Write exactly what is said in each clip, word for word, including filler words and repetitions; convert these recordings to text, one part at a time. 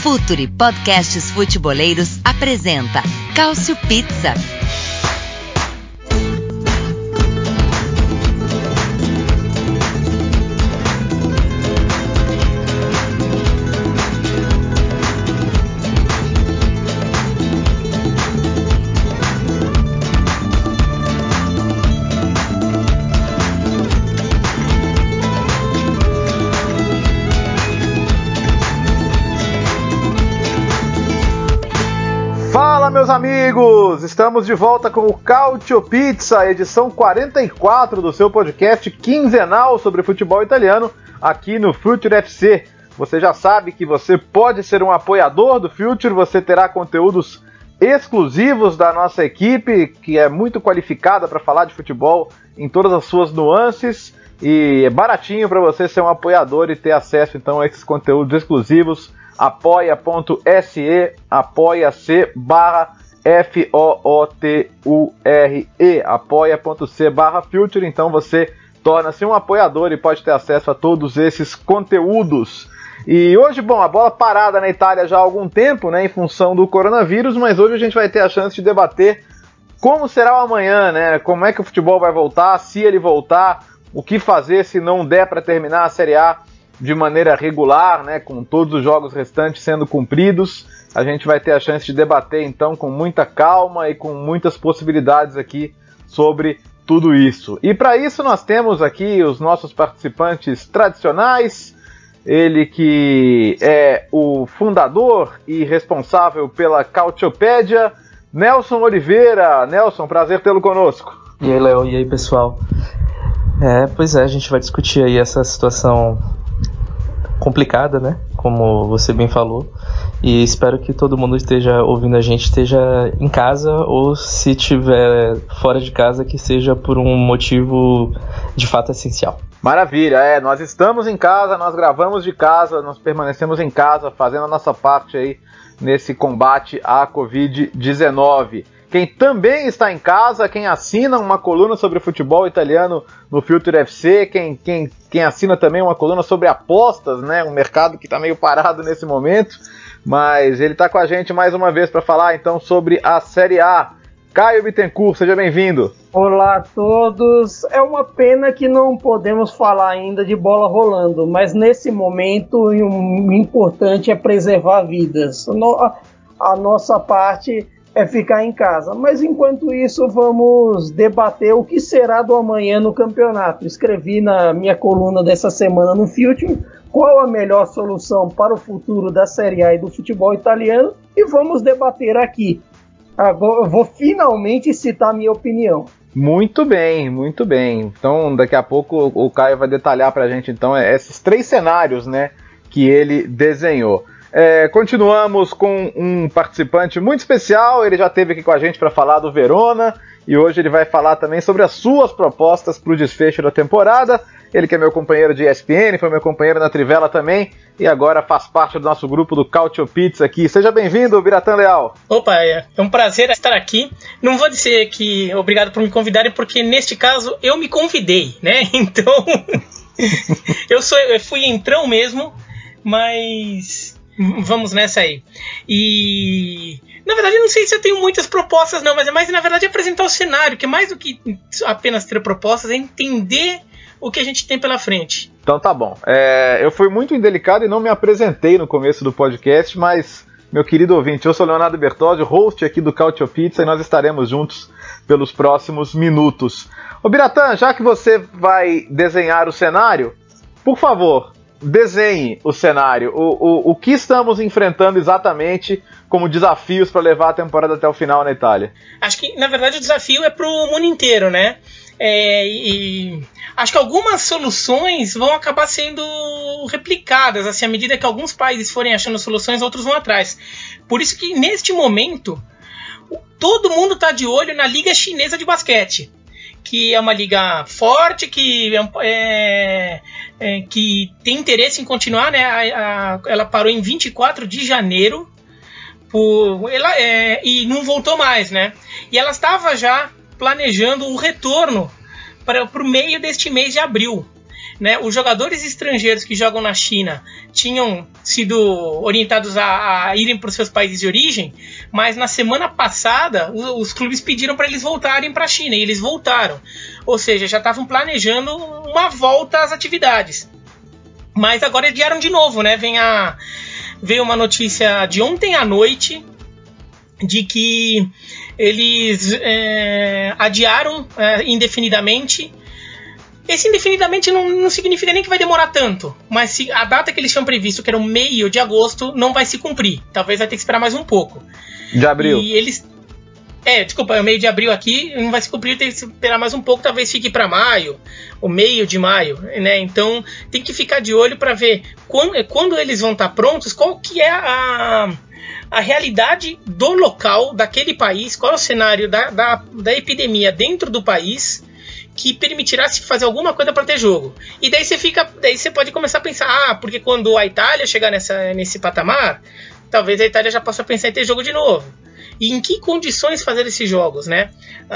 Futuri Podcasts Futeboleiros apresenta Cálcio Pizza. Fala, meus amigos! Estamos de volta com o Cálcio Pizza, edição quarenta e quatro do seu podcast quinzenal sobre futebol italiano, aqui no Future F C. Você já sabe que você pode ser um apoiador do Future, você terá conteúdos exclusivos da nossa equipe, que é muito qualificada para falar de futebol em todas as suas nuances, e é baratinho para você ser um apoiador e ter acesso então a esses conteúdos exclusivos. apoia.se, apoia-se barra F O O T U R E, apoia.se barra Future, então você torna-se um apoiador e pode ter acesso a todos esses conteúdos. E hoje, bom, a bola parada na Itália já há algum tempo, né, em função do coronavírus, mas hoje a gente vai ter a chance de debater como será o amanhã, né, como é que o futebol vai voltar, se ele voltar, o que fazer se não der para terminar a Série A de maneira regular, né, com todos os jogos restantes sendo cumpridos. A gente vai ter a chance de debater então com muita calma e com muitas possibilidades aqui sobre tudo isso. E para isso nós temos aqui os nossos participantes tradicionais, ele que é o fundador e responsável pela Calciopédia, Nelson Oliveira. Nelson, prazer tê-lo conosco. E aí, Léo, e aí, pessoal? É, pois é, a gente vai discutir aí essa situação complicada, né? Como você bem falou. E espero que todo mundo esteja ouvindo a gente, esteja em casa, ou se estiver fora de casa, que seja por um motivo de fato essencial. Maravilha, é, nós estamos em casa, nós gravamos de casa, nós permanecemos em casa, fazendo a nossa parte aí nesse combate à covid dezenove. Quem também está em casa, quem assina uma coluna sobre futebol italiano no Future F C, quem, quem, quem assina também uma coluna sobre apostas, né, um mercado que está meio parado nesse momento, mas ele está com a gente mais uma vez para falar então sobre a Série A. Caio Bittencourt, seja bem-vindo. Olá a todos. É uma pena que não podemos falar ainda de bola rolando, mas nesse momento o importante é preservar vidas. A nossa parte é ficar em casa. Mas enquanto isso, vamos debater o que será do amanhã no campeonato. Escrevi na minha coluna dessa semana no Future qual a melhor solução para o futuro da Série A e do futebol italiano e vamos debater aqui. Agora eu vou finalmente citar minha opinião. Muito bem, muito bem. Então daqui a pouco o Caio vai detalhar pra gente então esses três cenários, né, que ele desenhou. É, continuamos com um participante muito especial, ele já esteve aqui com a gente para falar do Verona e hoje ele vai falar também sobre as suas propostas para o desfecho da temporada. Ele que é meu companheiro de E S P N, foi meu companheiro na Trivela também e agora faz parte do nosso grupo do Cálcio Pizza aqui. Seja bem-vindo, Biratan Leal. Opa, é um prazer estar aqui. Não vou dizer que obrigado por me convidarem, porque neste caso eu me convidei, né? Então eu, sou, eu fui entrão mesmo, mas vamos nessa aí. E na verdade eu não sei se eu tenho muitas propostas não, mas é mais na verdade apresentar o cenário, que é mais do que apenas ter propostas, é entender o que a gente tem pela frente. Então tá bom. É, eu fui muito indelicado e não me apresentei no começo do podcast, mas meu querido ouvinte, eu sou Leonardo Bertozzi, host aqui do Cálcio Pizza e nós estaremos juntos pelos próximos minutos. Ô Biratan, já que você vai desenhar o cenário, por favor, desenhe o cenário, o, o, o que estamos enfrentando exatamente como desafios para levar a temporada até o final na Itália. Acho que, na verdade, o desafio é para o mundo inteiro, né? É, e acho que algumas soluções vão acabar sendo replicadas, assim, à medida que alguns países forem achando soluções, outros vão atrás. Por isso que, neste momento, todo mundo está de olho na Liga Chinesa de Basquete, que é uma liga forte, que, é, é, que tem interesse em continuar, né? A, a, ela parou em vinte e quatro de janeiro por, ela, é, e não voltou mais, né? E ela estava já planejando um retorno para o meio deste mês de abril. né? Os jogadores estrangeiros que jogam na China tinham sido orientados a, a irem para os seus países de origem, mas na semana passada os, os clubes pediram para eles voltarem para a China e eles voltaram. Ou seja, já estavam planejando uma volta às atividades. Mas agora adiaram de novo, né? Vem a, veio uma notícia de ontem à noite de que eles é, adiaram é, indefinidamente. Esse indefinidamente não, não significa nem que vai demorar tanto, mas se a data que eles tinham previsto, que era o meio de agosto, não vai se cumprir. Talvez vai ter que esperar mais um pouco. De abril. E eles... É, desculpa, é o meio de abril aqui, não vai se cumprir, tem que esperar mais um pouco, talvez fique para maio, o meio de maio, né? Então tem que ficar de olho para ver quando, quando eles vão estar prontos, qual que é a, a realidade do local, daquele país, qual é o cenário da, da, da epidemia dentro do país que permitirá se fazer alguma coisa para ter jogo. E daí você fica, daí você pode começar a pensar, ah, porque quando a Itália chegar nessa, nesse patamar, talvez a Itália já possa pensar em ter jogo de novo. E em que condições fazer esses jogos, né?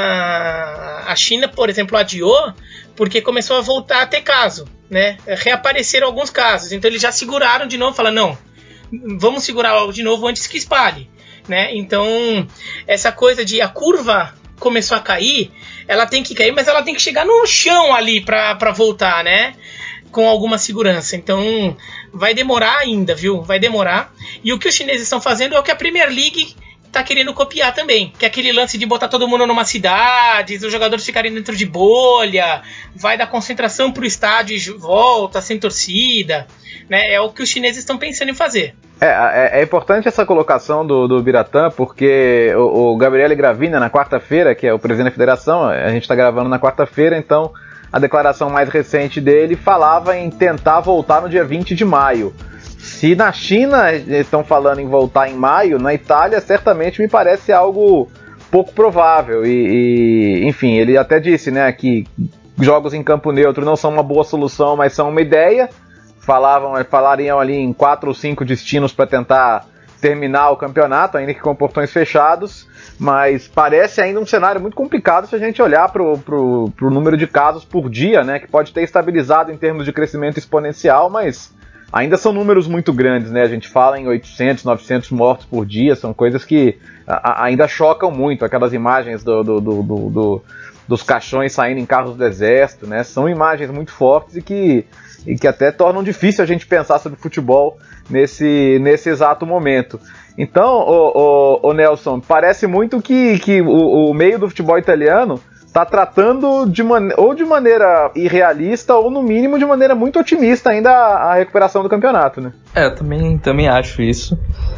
A China, por exemplo, adiou porque começou a voltar a ter caso, né? Reapareceram alguns casos, então eles já seguraram de novo, falaram, não, vamos segurar algo de novo antes que espalhe, né? Então, essa coisa de a curva começou a cair, ela tem que cair, mas ela tem que chegar no chão ali para voltar, né? Com alguma segurança. Então, vai demorar ainda, viu? Vai demorar. E o que os chineses estão fazendo é o que a Premier League tá querendo copiar também, que é aquele lance de botar todo mundo numa cidade, os jogadores ficarem dentro de bolha, vai da concentração pro estádio e volta, sem torcida, né? É o que os chineses estão pensando em fazer. É, é, é importante essa colocação do, do Biratã, porque o, o Gabriele Gravina, na quarta-feira, que é o presidente da federação, a gente está gravando na quarta-feira, então a declaração mais recente dele falava em tentar voltar no dia vinte de maio. Se na China estão falando em voltar em maio, na Itália certamente me parece algo pouco provável. E, e enfim, ele até disse, né, que jogos em campo neutro não são uma boa solução, mas são uma ideia. Falavam, falariam ali em quatro ou cinco destinos para tentar terminar o campeonato, ainda que com portões fechados. Mas parece ainda um cenário muito complicado se a gente olhar para o número de casos por dia, né, que pode ter estabilizado em termos de crescimento exponencial, mas ainda são números muito grandes, né? A gente fala em oitocentos, novecentos mortos por dia, são coisas que a, ainda chocam muito. Aquelas imagens do, do, do, do, do, dos caixões saindo em carros do exército, né? São imagens muito fortes e que, e que até tornam difícil a gente pensar sobre futebol nesse, nesse exato momento. Então, o, o, o Nelson, parece muito que, que o, o meio do futebol italiano está tratando de man- ou de maneira irrealista ou, no mínimo, de maneira muito otimista ainda a, a recuperação do campeonato, né? É, eu também, também acho isso.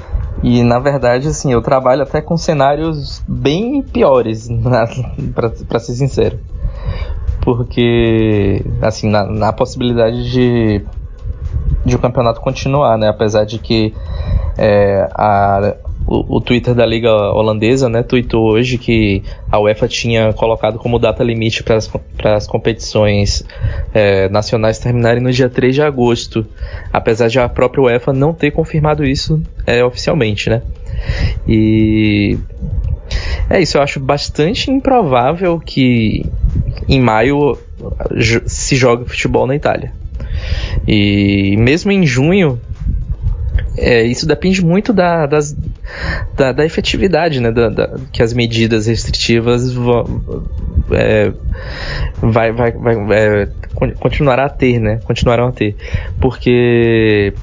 E, na verdade, assim, eu trabalho até com cenários bem piores, para ser sincero. Porque, assim, na, na possibilidade de, de o campeonato continuar, né? Apesar de que é, a... O, o Twitter da Liga Holandesa, né, tweetou hoje que a UEFA tinha colocado como data limite para as competições é, nacionais terminarem no dia três de agosto, apesar de a própria UEFA não ter confirmado isso é, oficialmente, né? E é isso, eu acho bastante improvável que em maio se jogue futebol na Itália. E mesmo em junho, É, isso depende muito da, das, da, da efetividade, né, da, da, que as medidas restritivas vão, é, vai, vai, vai, é, continuará a ter, né, continuarão a ter, porque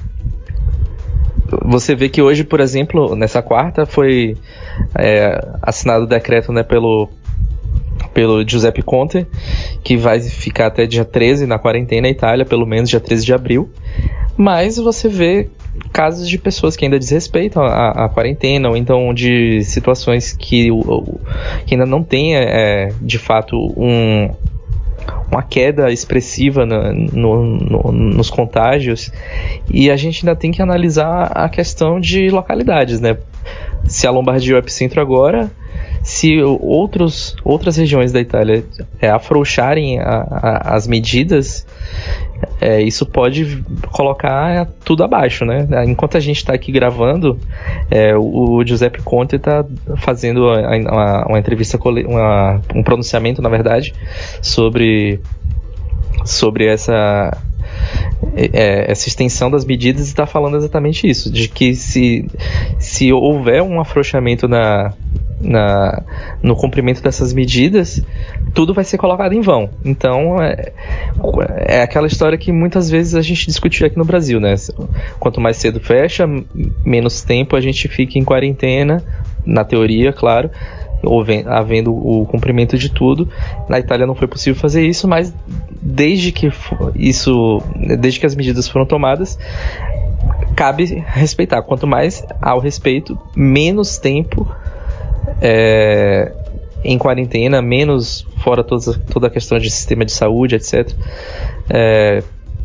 você vê que hoje, por exemplo, nessa quarta foi é, assinado o decreto, né, pelo pelo Giuseppe Conte, que vai ficar até dia treze na quarentena na Itália, pelo menos dia treze de abril, mas você vê casos de pessoas que ainda desrespeitam a, a quarentena, ou então de situações que, o, que ainda não tem, é, de fato, um, uma queda expressiva no, no, no, nos contágios, e a gente ainda tem que analisar a questão de localidades, né? Se a Lombardia é o epicentro agora, se outros, outras regiões da Itália é, afrouxarem a, a, as medidas, é, isso pode colocar tudo abaixo, né? Enquanto a gente está aqui gravando, é, o, o Giuseppe Conte está fazendo uma, uma entrevista, uma, um pronunciamento, na verdade, sobre, sobre essa, é, essa extensão das medidas está falando exatamente isso, de que se, se houver um afrouxamento na, na, no cumprimento dessas medidas, tudo vai ser colocado em vão. Então é, é aquela história que muitas vezes a gente discutiu aqui no Brasil, né? Quanto mais cedo fecha, menos tempo a gente fica em quarentena, na teoria, claro, havendo o cumprimento de tudo. Na Itália não foi possível fazer isso, mas desde que isso, desde que as medidas foram tomadas, cabe respeitar. Quanto mais há o respeito, menos tempo é, em quarentena, menos fora toda, toda a questão de sistema de saúde, etcétera. É,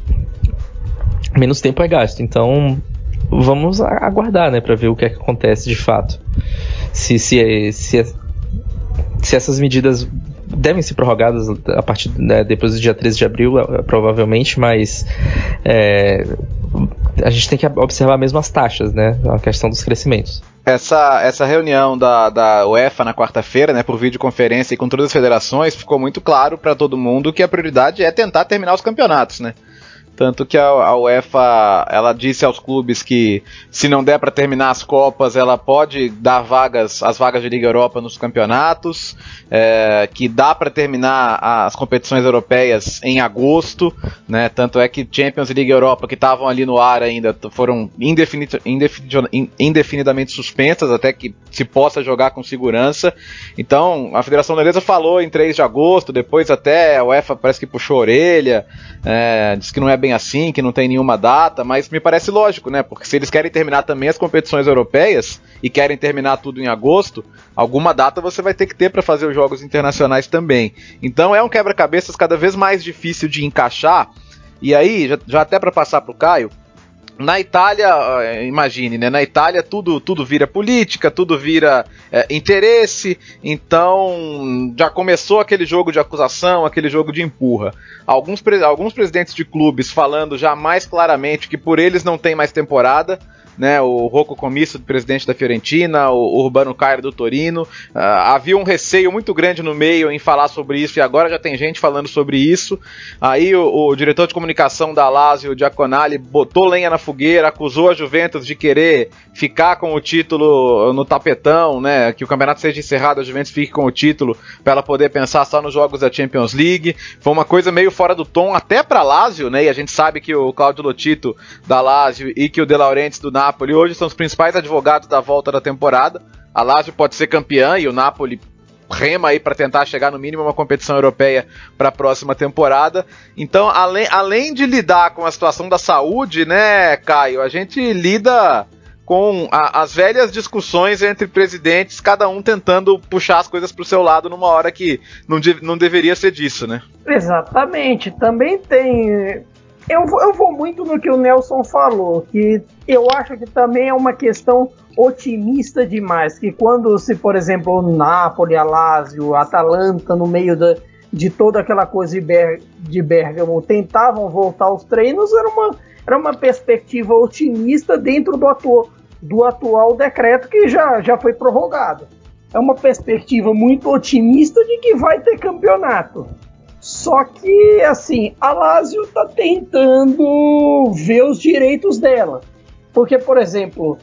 menos tempo é gasto. Então vamos aguardar, né, para ver o que é que acontece de fato. Se, se, se, se essas medidas devem ser prorrogadas a partir, né, depois do dia treze de abril, provavelmente, mas é, a gente tem que observar mesmo as taxas, né, a questão dos crescimentos. Essa, essa reunião da, da UEFA na quarta-feira, né, por videoconferência e com todas as federações, ficou muito claro para todo mundo que a prioridade é tentar terminar os campeonatos, né? Tanto que a, a UEFA, ela disse aos clubes que se não der para terminar as Copas, ela pode dar vagas, as vagas de Liga Europa nos campeonatos, é, que dá para terminar as competições europeias em agosto, né? Tanto é que Champions e Liga Europa, que estavam ali no ar ainda, foram indefinid, indefinid, indefinidamente suspensas, até que se possa jogar com segurança. Então, a Federação Holandesa falou em três de agosto, depois até a UEFA parece que puxou a orelha, é, disse que não é bem assim, que não tem nenhuma data, mas me parece lógico, né? Porque se eles querem terminar também as competições europeias e querem terminar tudo em agosto, alguma data você vai ter que ter para fazer os jogos internacionais também. Então é um quebra-cabeças cada vez mais difícil de encaixar. E aí, já, já até para passar para o Caio, na Itália, imagine, né? Na Itália tudo, tudo vira política, tudo vira é, interesse, então já começou aquele jogo de acusação, aquele jogo de empurra. Alguns, alguns presidentes de clubes falando já mais claramente que por eles não tem mais temporada, né, o Rocco Commisso, presidente da Fiorentina, o Urbano Cairo do Torino, uh, havia um receio muito grande no meio em falar sobre isso, e agora já tem gente falando sobre isso. Aí o, o diretor de comunicação da Lazio, o Giaconali, botou lenha na fogueira, acusou a Juventus de querer ficar com o título no tapetão, né, que o campeonato seja encerrado, a Juventus fique com o título para ela poder pensar só nos jogos da Champions League. Foi uma coisa meio fora do tom até para a Lazio, né, e a gente sabe que o Claudio Lotito da Lazio e que o De Laurentiis do Napoli Napoli hoje são os principais advogados da volta da temporada. A Lazio pode ser campeã e o Napoli rema aí para tentar chegar no mínimo a uma competição europeia para a próxima temporada. Então, além, além de lidar com a situação da saúde, né, Caio, a gente lida com a, as velhas discussões entre presidentes, cada um tentando puxar as coisas para o seu lado numa hora que não, de, não deveria ser disso, né? Exatamente. Também tem... Eu vou, eu vou muito no que o Nelson falou, que eu acho que também é uma questão otimista demais, que quando, se por exemplo, o Napoli, a Lazio, a Atalanta, no meio da, de toda aquela coisa de, Ber, de Bergamo, tentavam voltar aos treinos, era uma, era uma perspectiva otimista dentro do, atu, do atual decreto que já, já foi prorrogado. É uma perspectiva muito otimista de que vai ter campeonato. Só que, assim, a Lazio está tentando ver os direitos dela. Porque, por exemplo,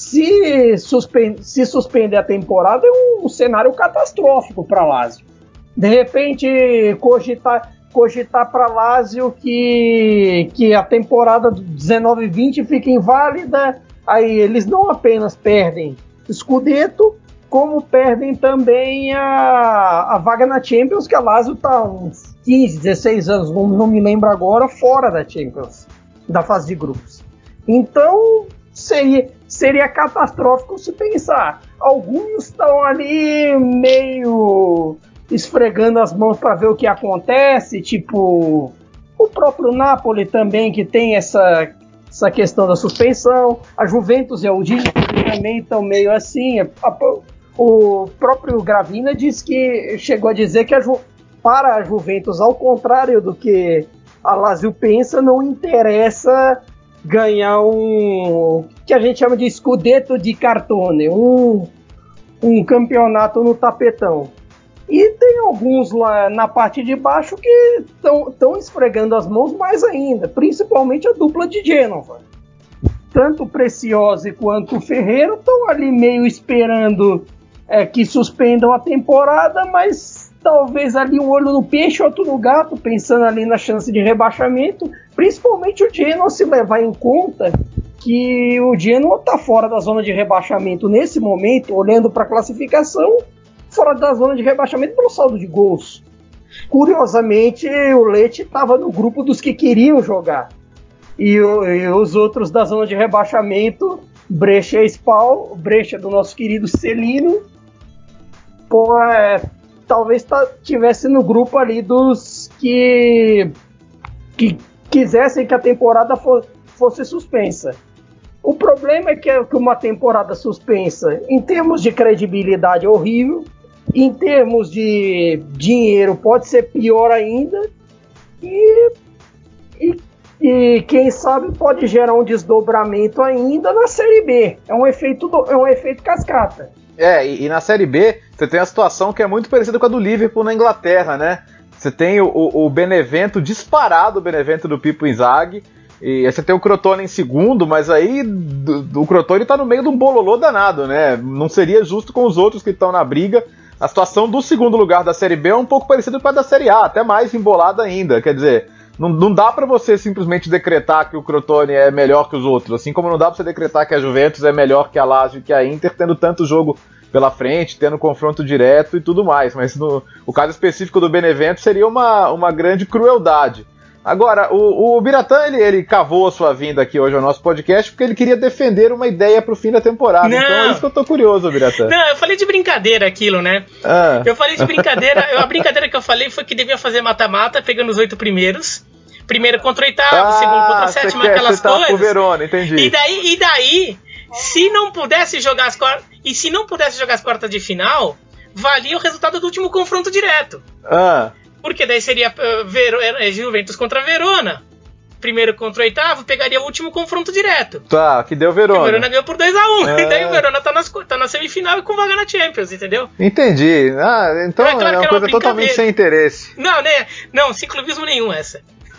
se, suspende, se suspender a temporada, é um, um cenário catastrófico para a Lazio. De repente, cogitar, cogitar para a Lazio que, que a temporada dezenove vinte fica inválida, aí eles não apenas perdem Scudetto, como perdem também a, a vaga na Champions, que a Lazio está uns quinze, dezesseis anos, não, não me lembro agora, fora da Champions, da fase de grupos. Então, seria, seria catastrófico se pensar. Alguns estão ali meio esfregando as mãos para ver o que acontece, tipo o próprio Napoli também, que tem essa, essa questão da suspensão. A Juventus e a Udinese também estão meio assim. A, a, o próprio Gravina disse que chegou a dizer que a Ju, para a Juventus, ao contrário do que a Lazio pensa, não interessa ganhar um que a gente chama de Scudetto di Cartone, um, um campeonato no tapetão. E tem alguns lá na parte de baixo que estão esfregando as mãos mais ainda, principalmente a dupla de Gênova. Tanto o Preciosi quanto o Ferreira estão ali meio esperando é, que suspendam a temporada, mas talvez ali um olho no peixe, outro no gato, pensando ali na chance de rebaixamento, principalmente o Genoa, se levar em conta que o Genoa está fora da zona de rebaixamento nesse momento, olhando para a classificação, fora da zona de rebaixamento pelo saldo de gols. Curiosamente, o Lecce estava no grupo dos que queriam jogar. E, o, e os outros da zona de rebaixamento, Brescia e Spal, Brescia do nosso querido Celino, pô, é, talvez tá, tivesse no grupo ali dos que, que quisessem que a temporada for, fosse suspensa. O problema é que, é que uma temporada suspensa, em termos de credibilidade, é horrível. Em termos de dinheiro, pode ser pior ainda. E, e, e quem sabe pode gerar um desdobramento ainda na Série B. É um efeito, do, é um efeito cascata. É, e, e na Série B, você tem a situação que é muito parecida com a do Liverpool na Inglaterra, né? Você tem o, o, o Benevento disparado, o Benevento do Pippo Inzaghi. E aí você tem o Crotone em segundo, mas aí do, do, o Crotone tá no meio de um bololô danado, né? Não seria justo com os outros que estão na briga. A situação do segundo lugar da Série B é um pouco parecida com a da Série A, até mais embolada ainda. Quer dizer, não, não dá pra você simplesmente decretar que o Crotone é melhor que os outros, assim como não dá pra você decretar que a Juventus é melhor que a Lazio e que a Inter, tendo tanto jogo pela frente, tendo confronto direto e tudo mais. Mas no o caso específico do Benevento seria uma, uma grande crueldade. Agora, o, o Biratã, ele, ele cavou a sua vinda aqui hoje ao nosso podcast porque ele queria defender uma ideia pro fim da temporada. Não. Então é isso que eu tô curioso, Biratã. Não, eu falei de brincadeira aquilo, né? Ah. Eu falei de brincadeira. A brincadeira que eu falei foi que devia fazer mata-mata, pegando os oito primeiros. Primeiro contra o oitavo, ah, segundo contra o sétimo, aquelas você coisas. Pro Verona, entendi. E daí, e daí, se não pudesse jogar as quartas. E se não pudesse jogar as quartas de final, valia o resultado do último confronto direto. Ah. Porque daí seria uh, Ver- uh, Juventus contra Verona. Primeiro contra o oitavo, pegaria o último confronto direto. Tá, que deu Verona. E o Verona ganhou por dois a um. É. E daí o Verona tá, nas, tá na semifinal e com vaga na Champions, entendeu? Entendi. Ah, então é, claro é uma coisa uma totalmente sem interesse. Não, né? Não, sem clubismo nenhum essa.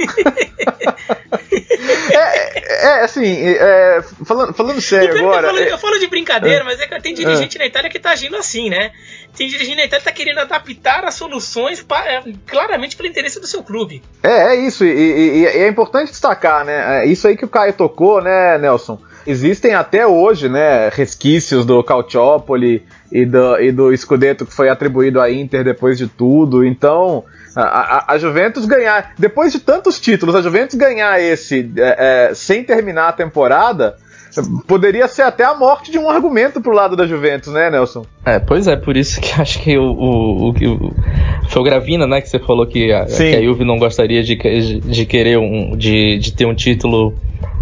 é, é, assim, é, falando, falando sério agora... Eu falo, é... eu falo de brincadeira, mas é que tem dirigente é. na Itália que tá agindo assim, né? Tem dirigente na Itália que tá querendo adaptar as soluções pra, claramente para o interesse do seu clube. É, é isso, e, e, e é importante destacar, né? É isso aí que o Caio tocou, né, Nelson? Existem até hoje, né, resquícios do Calciopoli e do, e do Scudetto que foi atribuído à Inter depois de tudo, então... A, a, a Juventus ganhar, depois de tantos títulos, a Juventus ganhar esse é, é, sem terminar a temporada, poderia ser até a morte de um argumento pro lado da Juventus, né, Nelson? É, pois é, por isso que acho que o, o, o, o foi o Gravina, né, que você falou que a, que a Juve não gostaria de, de, de querer um, de, de ter um título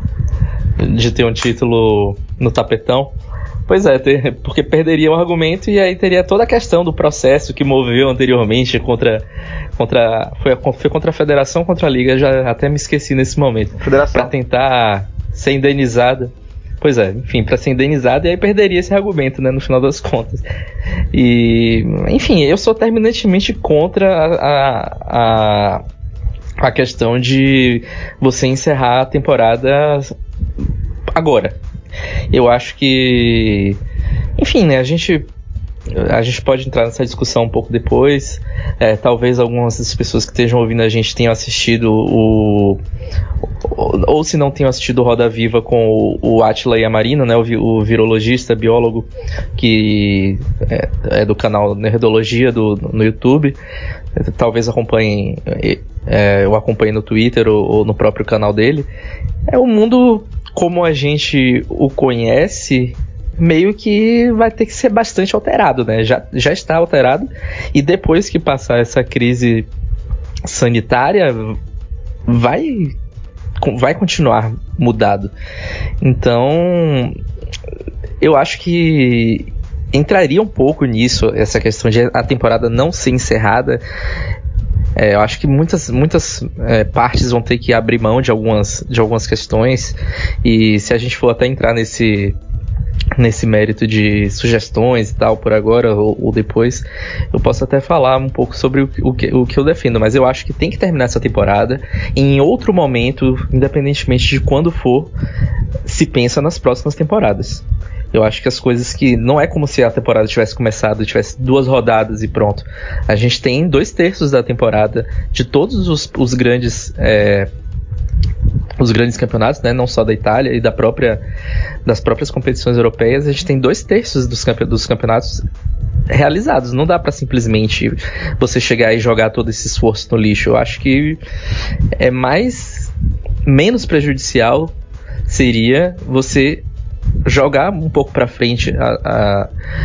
de ter um título no tapetão. Pois é, ter, porque perderia o argumento e aí teria toda a questão do processo que moveu anteriormente contra, contra foi, foi contra a Federação, contra a Liga, já até me esqueci nesse momento, para tentar ser indenizada. Pois é, enfim, para ser indenizada, e aí perderia esse argumento, né, no final das contas. E, enfim, eu sou terminantemente contra a, a, a questão de você encerrar a temporada agora. Eu acho que, enfim, né, a gente, a gente pode entrar nessa discussão um pouco depois. É, talvez algumas das pessoas que estejam ouvindo a gente tenham assistido o, ou, ou se não tenham assistido o Roda Viva com o, o Átila Yamarino, né, o, o virologista, biólogo, que é, é do canal Nerdologia do, no YouTube. Talvez acompanhem, é, eu acompanhe no Twitter ou, ou no próprio canal dele. É o mundo como a gente o conhece, meio que vai ter que ser bastante alterado, né? Já, já está alterado, e depois que passar essa crise sanitária, vai, vai continuar mudado. Então, eu acho que entraria um pouco nisso, essa questão de a temporada não ser encerrada. É, eu acho que muitas, muitas é, partes vão ter que abrir mão de algumas, de algumas questões, e se a gente for até entrar nesse, nesse mérito de sugestões e tal, por agora ou, ou depois, eu posso até falar um pouco sobre o, o, que, o que eu defendo, mas eu acho que tem que terminar essa temporada em outro momento, independentemente de quando for, se pensa nas próximas temporadas. Eu acho que as coisas que... Não é como se a temporada tivesse começado, tivesse duas rodadas e pronto. A gente tem dois terços da temporada de todos os, os grandes... É, os grandes campeonatos, né, não só da Itália e da própria, das próprias competições europeias. A gente tem dois terços dos, campe- dos campeonatos realizados. Não dá para simplesmente você chegar e jogar todo esse esforço no lixo. Eu acho que é mais... menos prejudicial seria você jogar um pouco para frente a, a,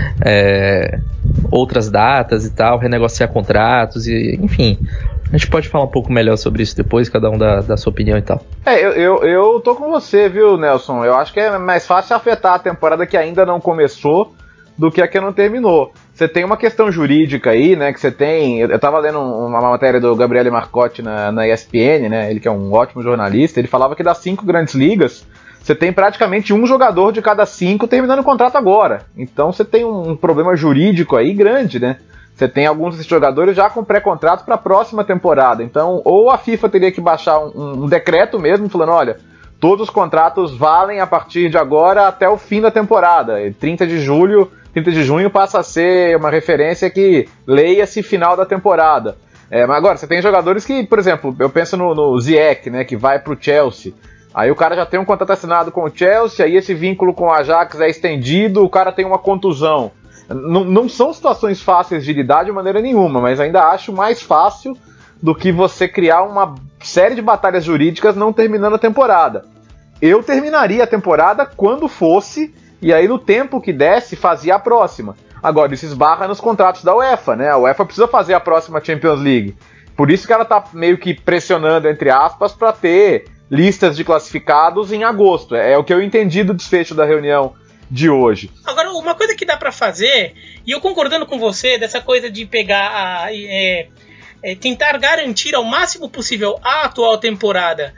é, outras datas e tal, renegociar contratos, e, enfim... A gente pode falar um pouco melhor sobre isso depois, cada um dá, dá sua opinião e tal. É, eu, eu, eu tô com você, viu, Nelson? Eu acho que é mais fácil afetar a temporada que ainda não começou do que a que não terminou. Você tem uma questão jurídica aí, né, que você tem... Eu tava lendo uma matéria do Gabriele Marcotti na, na E S P N, né, ele que é um ótimo jornalista, ele falava que das cinco grandes ligas, você tem praticamente um jogador de cada cinco terminando o contrato agora. Então você tem um problema jurídico aí grande, né? Você tem alguns desses jogadores já com pré-contrato para a próxima temporada. Então, ou a FIFA teria que baixar um, um decreto mesmo, falando, olha, todos os contratos valem a partir de agora até o fim da temporada. E trinta de julho, trinta de junho passa a ser uma referência que leia-se final da temporada. É, mas agora, você tem jogadores que, por exemplo, eu penso no, no Ziyech, né, que vai para o Chelsea. Aí o cara já tem um contrato assinado com o Chelsea, aí esse vínculo com o Ajax é estendido, o cara tem uma contusão. Não, não são situações fáceis de lidar de maneira nenhuma, mas ainda acho mais fácil do que você criar uma série de batalhas jurídicas não terminando a temporada. Eu terminaria a temporada quando fosse, e aí no tempo que desse fazia a próxima. Agora, isso esbarra nos contratos da UEFA, né? A UEFA precisa fazer a próxima Champions League. Por isso que ela tá meio que pressionando, entre aspas, para ter listas de classificados em agosto. É o que eu entendi do desfecho da reunião de hoje. Agora, uma coisa que dá pra fazer, e eu concordando com você, dessa coisa de pegar a, é, é, tentar garantir ao máximo possível a atual temporada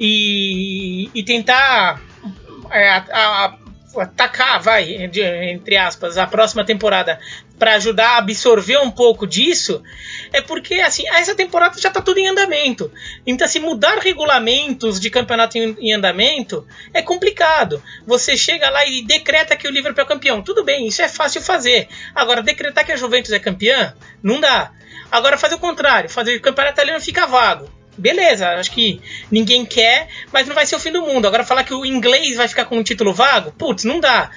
e, e tentar é, a, a, atacar, vai, de, entre aspas, a próxima temporada para ajudar a absorver um pouco disso, é porque assim, essa temporada já está tudo em andamento. Então, se mudar regulamentos de campeonato em, em andamento é complicado. Você chega lá e decreta que o Liverpool é campeão. Tudo bem, isso é fácil fazer. Agora, decretar que a Juventus é campeã, não dá. Agora, fazer o contrário, fazer o campeonato italiano fica vago. Beleza, acho que ninguém quer, mas não vai ser o fim do mundo. Agora, falar que o inglês vai ficar com um título vago, putz, não dá.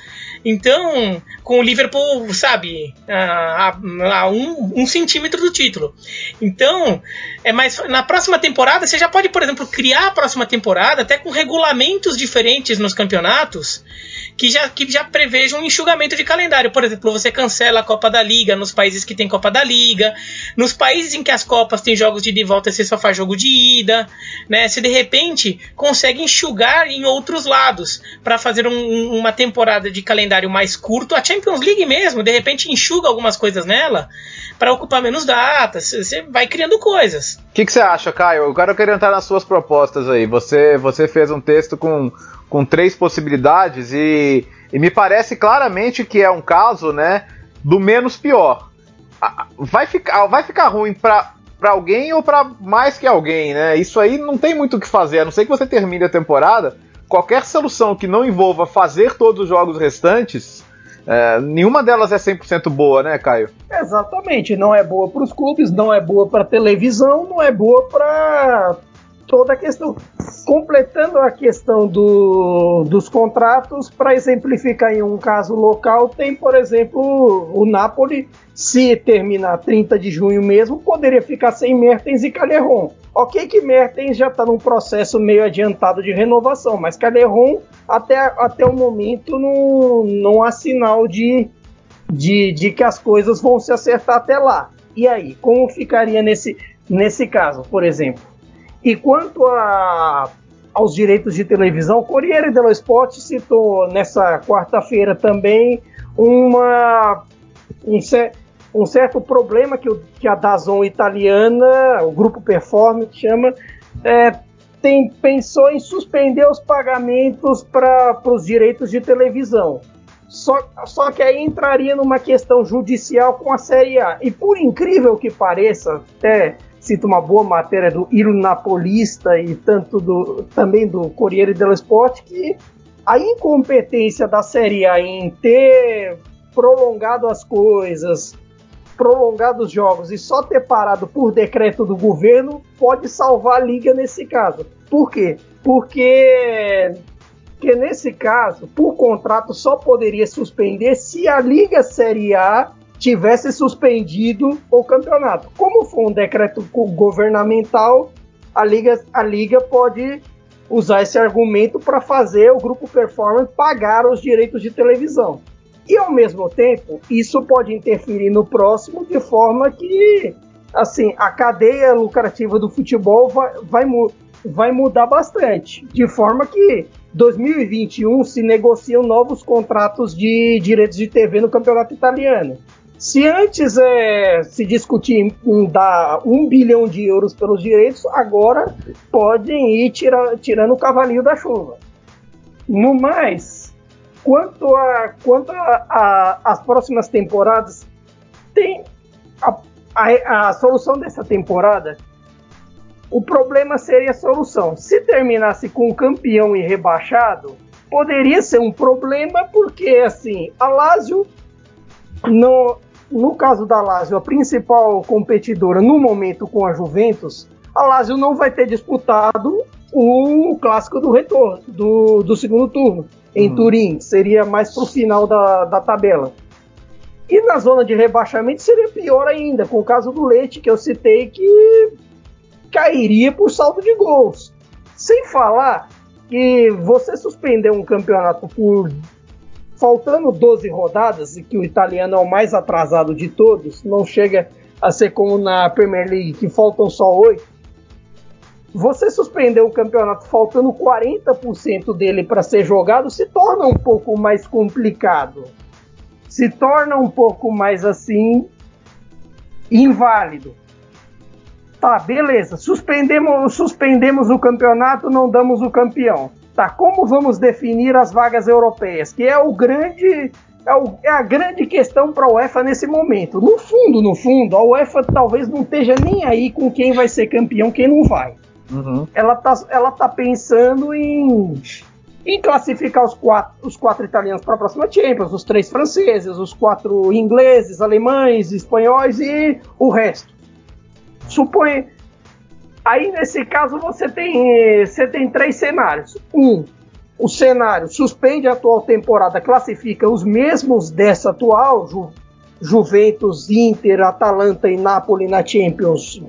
Então, com o Liverpool, sabe, a, a, a um, um centímetro do título. Então, é mais, na próxima temporada, você já pode, por exemplo, criar a próxima temporada até com regulamentos diferentes nos campeonatos que já, que já prevejam um enxugamento de calendário. Por exemplo, você cancela a Copa da Liga nos países que tem Copa da Liga. Nos países em que as Copas têm jogos de ida e volta, você só faz jogo de ida. Né? Você, de repente, consegue enxugar em outros lados para fazer um, uma temporada de calendário mais curto. A Champions League mesmo, de repente, enxuga algumas coisas nela para ocupar menos datas. Você vai criando coisas. O que, que você acha, Caio? Eu quero querer entrar nas suas propostas aí. Você, você fez um texto com... com três possibilidades e, e me parece claramente que é um caso, né, do menos pior. Vai ficar, vai ficar ruim para alguém ou para mais que alguém, né? Isso aí não tem muito o que fazer, a não ser que você termine a temporada. Qualquer solução que não envolva fazer todos os jogos restantes, é, nenhuma delas é cem por cento boa, né, Caio? Exatamente, não é boa para os clubes, não é boa para televisão, não é boa para toda a questão. Completando a questão do, dos contratos, para exemplificar em um caso local, tem, por exemplo, o Napoli, se terminar trinta de junho mesmo, poderia ficar sem Mertens e Callejon. Ok que Mertens já está num processo meio adiantado de renovação, mas Callejon, até, até o momento, não, não há sinal de, de, de que as coisas vão se acertar até lá. E aí, como ficaria nesse, nesse caso, por exemplo? E quanto a, aos direitos de televisão, o Corriere dello Sport citou nessa quarta-feira também uma, um, cer- um certo problema que, o, que a DAZN italiana, o grupo Performance chama, é, tem, pensou em suspender os pagamentos para os direitos de televisão. Só, só que aí entraria numa questão judicial com a Série A. E por incrível que pareça, até cito uma boa matéria do Il Napolista e tanto do, também do Corriere dello Sport, que a incompetência da Série A em ter prolongado as coisas, prolongado os jogos e só ter parado por decreto do governo pode salvar a Liga nesse caso. Por quê? Porque, porque nesse caso, por contrato, só poderia suspender se a Liga Série A tivesse suspendido o campeonato. Como foi um decreto governamental, a Liga, a Liga pode usar esse argumento para fazer o Grupo Performance pagar os direitos de televisão. E, ao mesmo tempo, isso pode interferir no próximo de forma que, assim, a cadeia lucrativa do futebol vai, vai, vai mudar bastante. De forma que, em dois mil e vinte e um, se negociam novos contratos de direitos de T V no campeonato italiano. Se antes é, se discutir em, em dar um bilhão de euros pelos direitos, agora podem ir tira, tirando o cavalinho da chuva. No mais, quanto a, quanto a, a, as próximas temporadas, tem a, a, a solução dessa temporada, o problema seria a solução. Se terminasse com campeão e rebaixado, poderia ser um problema, porque assim, a Lazio, no, no caso da Lazio, a principal competidora no momento com a Juventus, a Lazio não vai ter disputado o clássico do retorno, do, do segundo turno, em hum. Turim, seria mais pro final da, da tabela. E na zona de rebaixamento seria pior ainda, com o caso do Lecce, que eu citei, que cairia por saldo de gols. Sem falar que você suspender um campeonato por faltando doze rodadas, e que o italiano é o mais atrasado de todos, não chega a ser como na Premier League, que faltam só oito. Você suspender o campeonato faltando quarenta por cento dele para ser jogado se torna um pouco mais complicado. Se torna um pouco mais, assim, inválido. Tá, beleza. Suspendemos, suspendemos o campeonato, não damos o campeão. Tá, como vamos definir as vagas europeias? Que é, o grande, é, o, é a grande questão para a UEFA nesse momento. No fundo, no fundo, a UEFA talvez não esteja nem aí com quem vai ser campeão, quem não vai. Uhum. Ela tá, ela tá pensando em, em classificar os quatro, os quatro italianos para a próxima Champions, os três franceses, os quatro ingleses, alemães, espanhóis e o resto. Supõe... Aí, nesse caso, você tem, você tem três cenários. Um, o cenário suspende a atual temporada, classifica os mesmos dessa atual, Ju, Juventus, Inter, Atalanta e Napoli na Champions,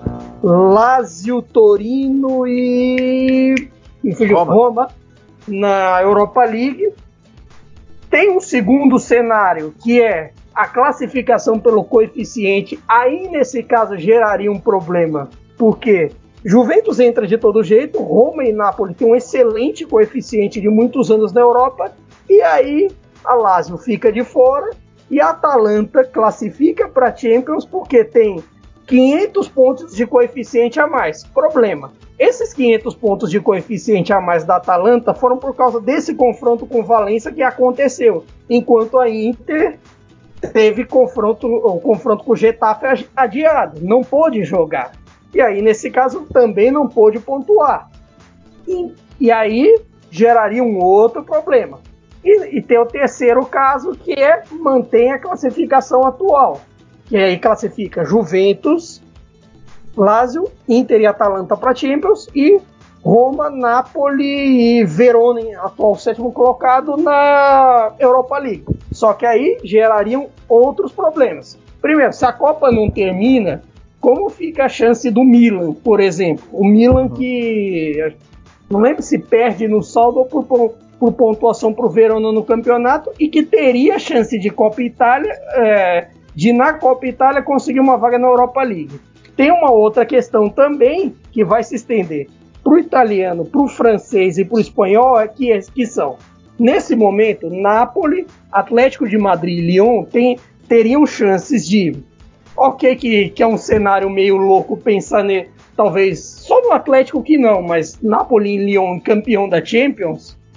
Lazio, Torino e, e Roma. Roma na Europa League. Tem um segundo cenário, que é a classificação pelo coeficiente. Aí, nesse caso, geraria um problema. Porque Juventus entra de todo jeito, Roma e Napoli têm um excelente coeficiente de muitos anos na Europa, e aí a Lazio fica de fora, e a Atalanta classifica para a Champions porque tem quinhentos pontos de coeficiente a mais. Problema, esses quinhentos pontos de coeficiente a mais da Atalanta foram por causa desse confronto com Valência que aconteceu, enquanto a Inter teve confronto, o confronto com o Getafe adiado, não pôde jogar. E aí, nesse caso, também não pôde pontuar. E, e aí, geraria um outro problema. E, e tem o terceiro caso, que é manter a classificação atual. Que aí classifica Juventus, Lazio, Inter e Atalanta para Champions, e Roma, Napoli e Verona, atual sétimo colocado, na Europa League. Só que aí gerariam outros problemas. Primeiro, se a Copa não termina, como fica a chance do Milan, por exemplo? O Milan que, não lembro se perde no saldo ou por, por pontuação para o Verona no campeonato, e que teria chance de Copa Itália, é, de na Copa Itália conseguir uma vaga na Europa League. Tem uma outra questão também que vai se estender para o italiano, para o francês e para o espanhol, é que, que são, nesse momento, Napoli, Atlético de Madrid e Lyon tem, teriam chances de... Ok, que, que é um cenário meio louco pensar, ne, talvez, só no Atlético que não, mas Napoli e Lyon campeão da Champions,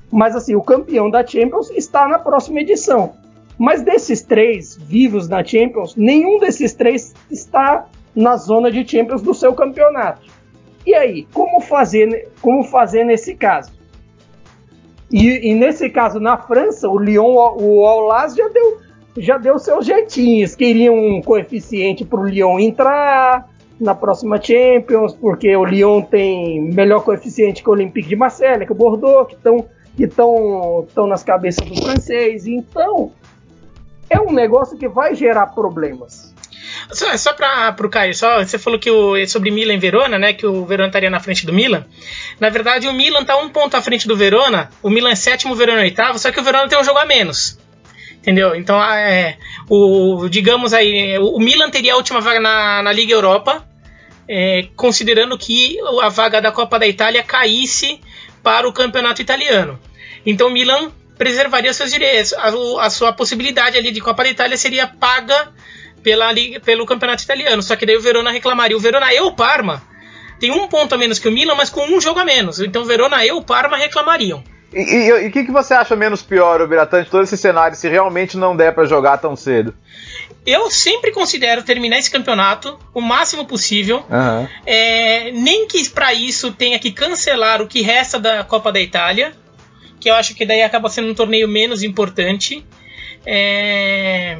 Mas assim, o campeão da Champions está na próxima edição. Mas desses três vivos na Champions, nenhum desses três está na zona de Champions do seu campeonato. E aí, como fazer, como fazer nesse caso? E, e nesse caso, na França, o Lyon, o Aulas já deu, já deu seus jeitinhos. Queriam um coeficiente para o Lyon entrar na próxima Champions, porque o Lyon tem melhor coeficiente que o Olympique de Marseille, que o Bordeaux, que estão que estão nas cabeças do francês. Então, é um negócio que vai gerar problemas. Só, só para o Caio, só, você falou que o, sobre Milan e Verona, né, que o Verona estaria na frente do Milan. Na verdade, o Milan está um ponto à frente do Verona, o Milan é sétimo, o Verona é oitavo, só que o Verona tem um jogo a menos. Entendeu? Então, é, o, digamos aí, o Milan teria a última vaga na, na Liga Europa, é, considerando que a vaga da Copa da Itália caísse para o campeonato italiano. Então, o Milan preservaria seus direitos. A, a sua possibilidade ali de Copa da Itália seria paga pela Liga, pelo campeonato italiano. Só que daí o Verona reclamaria. O Verona e o Parma tem um ponto a menos que o Milan, mas com um jogo a menos. Então, o Verona e o Parma reclamariam. E o que, que você acha menos pior, Biratã, de todo esse cenário, se realmente não der pra jogar tão cedo? Eu sempre considero terminar esse campeonato o máximo possível. Uhum. É, nem que para isso tenha que cancelar o que resta da Copa da Itália, que eu acho que daí acaba sendo um torneio menos importante. É,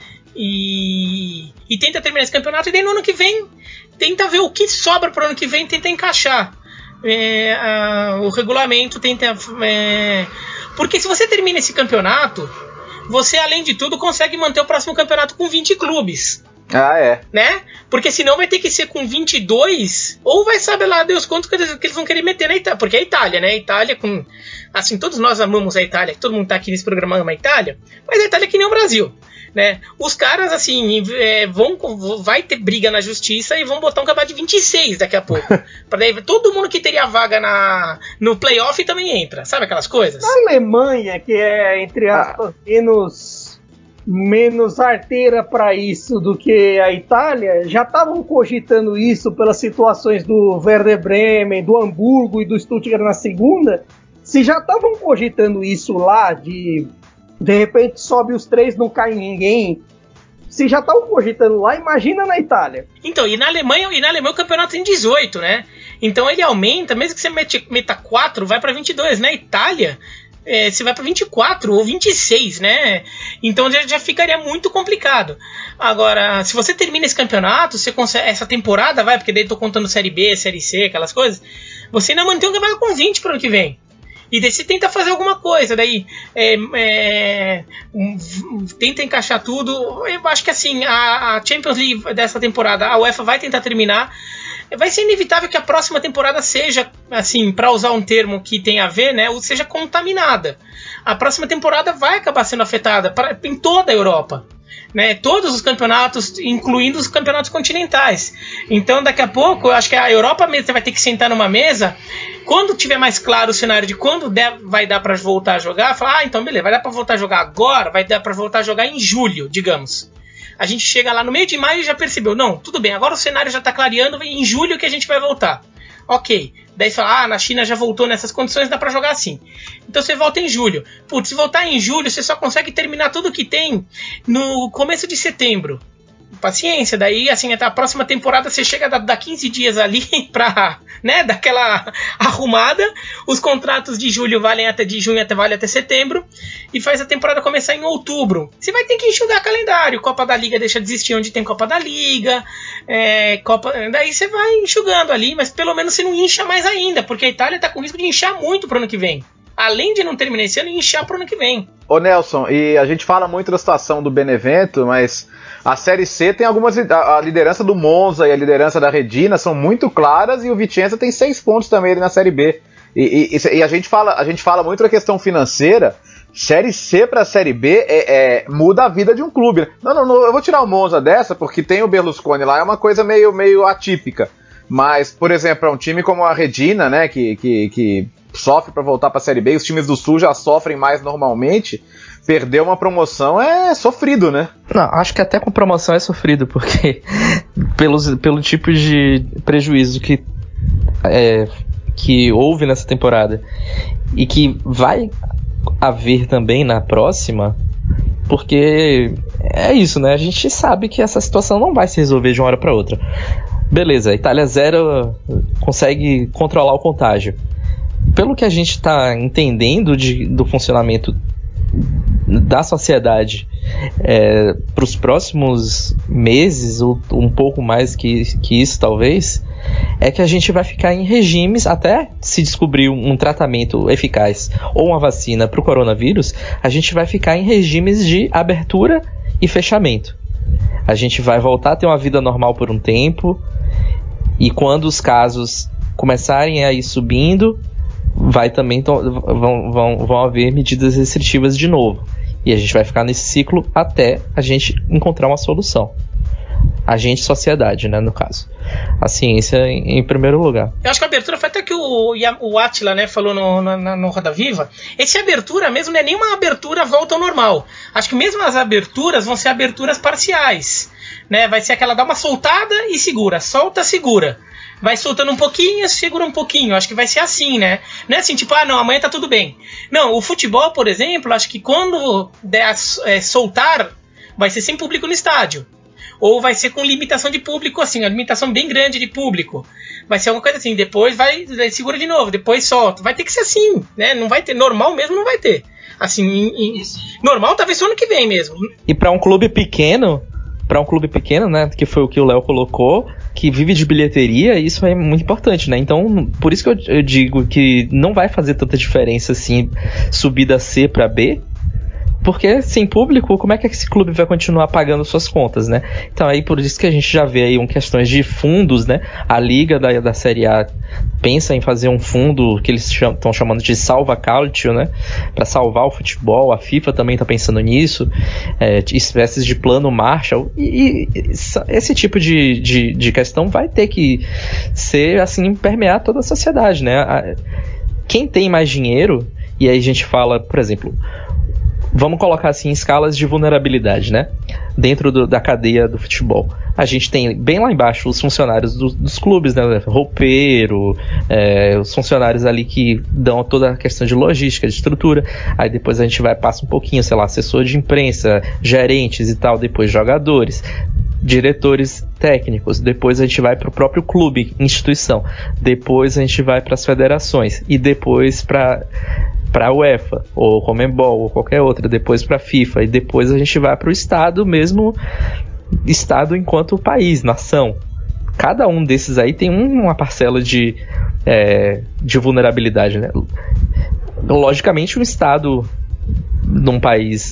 e, e tenta terminar esse campeonato, e daí no ano que vem tenta ver o que sobra para o ano que vem, tenta encaixar é, a, o regulamento, tenta, é, porque se você termina esse campeonato, você além de tudo consegue manter o próximo campeonato com vinte clubes. Ah, é. Né? Porque senão vai ter que ser com vinte e dois, ou vai saber lá Deus quanto que eles, que eles vão querer meter na Itália. Porque é a Itália, né? A Itália com... Assim, todos nós amamos a Itália, todo mundo tá aqui nesse programa ama a Itália, mas a Itália é que nem o Brasil, né? Os caras, assim, é, vão, vai ter briga na justiça e vão botar um campeonato de vinte e seis daqui a pouco. Pra daí, todo mundo que teria vaga na, no playoff também entra, sabe aquelas coisas? A Alemanha, que é, entre aspas, ah. menos... menos arteira para isso do que a Itália, já estavam cogitando isso pelas situações do Werder Bremen, do Hamburgo e do Stuttgart na segunda. Se já estavam cogitando isso lá, de de repente sobe os três, não cai ninguém, se já estavam cogitando lá, imagina na Itália. Então, e na Alemanha, e na Alemanha o campeonato tem dezoito, né? Então ele aumenta, mesmo que você mete, meta quatro, vai para vinte e dois. Na Itália, É, você vai para vinte e quatro ou vinte e seis, né? Então já, já ficaria muito complicado. Agora, se você termina esse campeonato, você consegue, essa temporada, vai, porque daí tô contando Série B, Série C, aquelas coisas, você ainda mantém um campeonato com vinte para o ano que vem. E daí você tenta fazer alguma coisa, daí é, é, um, tenta encaixar tudo. Eu acho que assim, a, a Champions League dessa temporada, a UEFA vai tentar terminar. Vai ser inevitável que a próxima temporada seja, assim, para usar um termo que tem a ver, né, ou seja contaminada. A próxima temporada vai acabar sendo afetada pra, em toda a Europa, né, todos os campeonatos, incluindo os campeonatos continentais. Então, daqui a pouco, eu acho que a Europa mesmo vai ter que sentar numa mesa, quando tiver mais claro o cenário de quando der, vai dar para voltar a jogar, falar, ah, então beleza, vai dar para voltar a jogar agora, vai dar para voltar a jogar em julho, digamos. A gente chega lá no meio de maio e já percebeu, não, tudo bem, agora o cenário já está clareando, em julho que a gente vai voltar. Ok, daí fala, ah, na China já voltou nessas condições, dá pra jogar assim. Então você volta em julho. Putz, se voltar em julho, você só consegue terminar tudo que tem no começo de setembro. Paciência, daí assim, até a próxima temporada você chega a dar quinze dias ali pra, né, dar aquela arrumada. Os contratos de julho valem até de junho até vale até setembro e faz a temporada começar em outubro. Você vai ter que enxugar calendário. Copa da Liga deixa de existir onde tem Copa da Liga, é, Copa, daí você vai enxugando ali, mas pelo menos você não incha mais ainda, porque a Itália tá com risco de inchar muito pro ano que vem. Além de não terminar esse ano, inchar pro ano que vem. Ô Nelson, e a gente fala muito da situação do Benevento, mas a Série C tem algumas... A liderança do Monza e a liderança da Reggina são muito claras e o Vicenza tem seis pontos também ali na Série B. E, e, e a, gente fala, a gente fala muito da questão financeira. Série C para Série B é, é, muda a vida de um clube. Não, não, não, eu vou tirar o Monza dessa porque tem o Berlusconi lá, é uma coisa meio, meio atípica. Mas, por exemplo, é um time como a Reggina, né, que... que, que sofre para voltar para a Série B, os times do Sul já sofrem mais normalmente, perder uma promoção é sofrido, né? Não, acho que até com promoção é sofrido, porque pelos, pelo tipo de prejuízo que, é, que houve nessa temporada e que vai haver também na próxima, porque é isso, né? A gente sabe que essa situação não vai se resolver de uma hora para outra. Beleza, a Itália zero consegue controlar o contágio. Pelo que a gente está entendendo de, do funcionamento da sociedade é, para os próximos meses, ou um pouco mais que, que isso talvez, é que a gente vai ficar em regimes, até se descobrir um, um tratamento eficaz ou uma vacina para o coronavírus, a gente vai ficar em regimes de abertura e fechamento. A gente vai voltar a ter uma vida normal por um tempo, e quando os casos começarem a ir subindo, vai também to- vão, vão, vão haver medidas restritivas de novo. E a gente vai ficar nesse ciclo até a gente encontrar uma solução. A gente, sociedade, né, no caso. A ciência em, em primeiro lugar. Eu acho que a abertura foi até que o, o Átila, né, falou no, no, no Roda Viva. Essa abertura mesmo não é nenhuma abertura volta ao normal. Acho que mesmo as aberturas vão ser aberturas parciais. Né? Vai ser aquela, dá uma soltada e segura. Solta, segura. Vai soltando um pouquinho, segura um pouquinho. Acho que vai ser assim, né? Não é assim, tipo, ah, não, amanhã tá tudo bem. Não, o futebol, por exemplo, acho que quando der a, é, soltar, vai ser sem público no estádio. Ou vai ser com limitação de público, assim, uma limitação bem grande de público. Vai ser alguma coisa assim, depois vai, vai segura de novo, depois solta. Vai ter que ser assim, né? Não vai ter, normal mesmo não vai ter. Assim, em, em, normal talvez só ano que vem mesmo. E para um clube pequeno, para um clube pequeno, né, que foi o que o Léo colocou, que vive de bilheteria, isso é muito importante, né? Então, por isso que eu, eu digo que não vai fazer tanta diferença assim subir da C para B, porque sem público, como é que esse clube vai continuar pagando suas contas, né? Então aí por isso que a gente já vê aí um questões de fundos, né? A Liga da, da Série A pensa em fazer um fundo que eles estão chamando de Salva Calcio, né? Para salvar o futebol. A FIFA também está pensando nisso, é, espécies de plano Marshall, e, e esse tipo de, de, de questão vai ter que ser assim, permear toda a sociedade, né? A, quem tem mais dinheiro, e aí a gente fala, por exemplo, vamos colocar assim, escalas de vulnerabilidade, né? Dentro do, da cadeia do futebol. A gente tem bem lá embaixo os funcionários do, dos clubes, né? Roupeiro, é, os funcionários ali que dão toda a questão de logística, de estrutura. Aí depois a gente vai, passa um pouquinho, sei lá, assessor de imprensa, gerentes e tal, depois jogadores, diretores técnicos, depois a gente vai para o próprio clube, instituição, depois a gente vai para as federações e depois para para a UEFA, ou Conmebol, ou qualquer outra, depois para a FIFA, e depois a gente vai para o Estado mesmo, Estado enquanto país, nação. Cada um desses aí tem uma parcela de, é, de vulnerabilidade, né? Logicamente, um Estado num país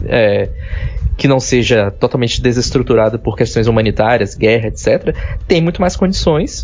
é, que não seja totalmente desestruturado por questões humanitárias, guerra, etcétera, tem muito mais condições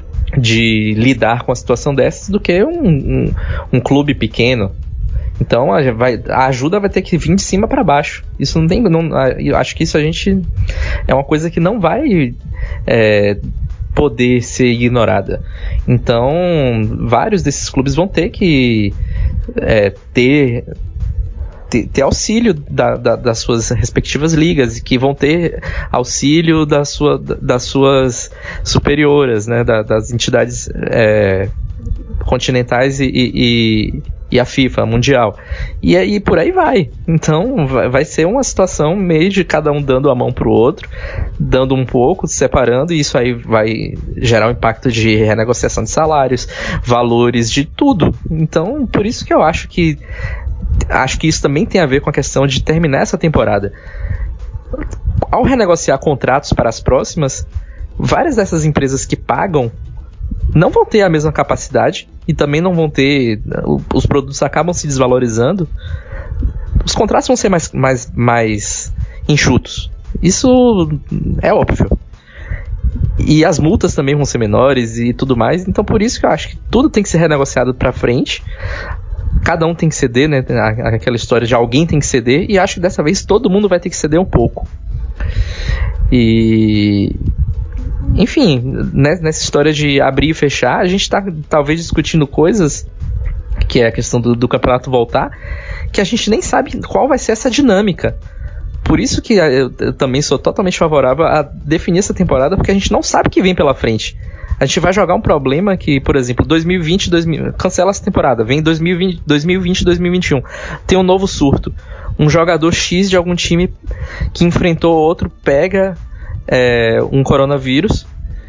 de lidar com a situação dessas do que um, um, um clube pequeno. Então a, vai, a ajuda vai ter que vir de cima para baixo. Isso não tem, não, eu acho que isso a gente é uma coisa que não vai é, poder ser ignorada. Então vários desses clubes vão ter que é, ter Ter, ter auxílio da, da, das suas respectivas ligas, que vão ter auxílio da sua, das suas superioras, né, da, das entidades é, continentais e, e, e a FIFA, a Mundial. E aí por aí vai. Então vai, vai ser uma situação meio de cada um dando a mão pro outro, dando um pouco, se separando, e isso aí vai gerar um impacto de renegociação de salários, valores, de tudo. Então por isso que eu acho que Acho que isso também tem a ver com a questão de terminar essa temporada. Ao renegociar contratos para as próximas, várias dessas empresas que pagam não vão ter a mesma capacidade e também não vão ter... Os produtos acabam se desvalorizando. Os contratos vão ser mais, mais, mais enxutos. Isso é óbvio. E as multas também vão ser menores e tudo mais. Então por isso que eu acho que tudo tem que ser renegociado para frente. Cada um tem que ceder, né? Aquela história de alguém tem que ceder, e acho que dessa vez todo mundo vai ter que ceder um pouco. E... Enfim, né, nessa história de abrir e fechar, a gente está talvez discutindo coisas, que é a questão do, do campeonato voltar, que a gente nem sabe qual vai ser essa dinâmica. Por isso que eu, eu também sou totalmente favorável a definir essa temporada, porque a gente não sabe o que vem pela frente. a gente vai jogar um problema que, por exemplo, dois mil e vinte, dois mil, cancela essa temporada, vem dois mil e vinte, dois mil e vinte, dois mil e vinte e um, tem um novo surto. Um jogador X de algum time que enfrentou outro pega é, um coronavírus,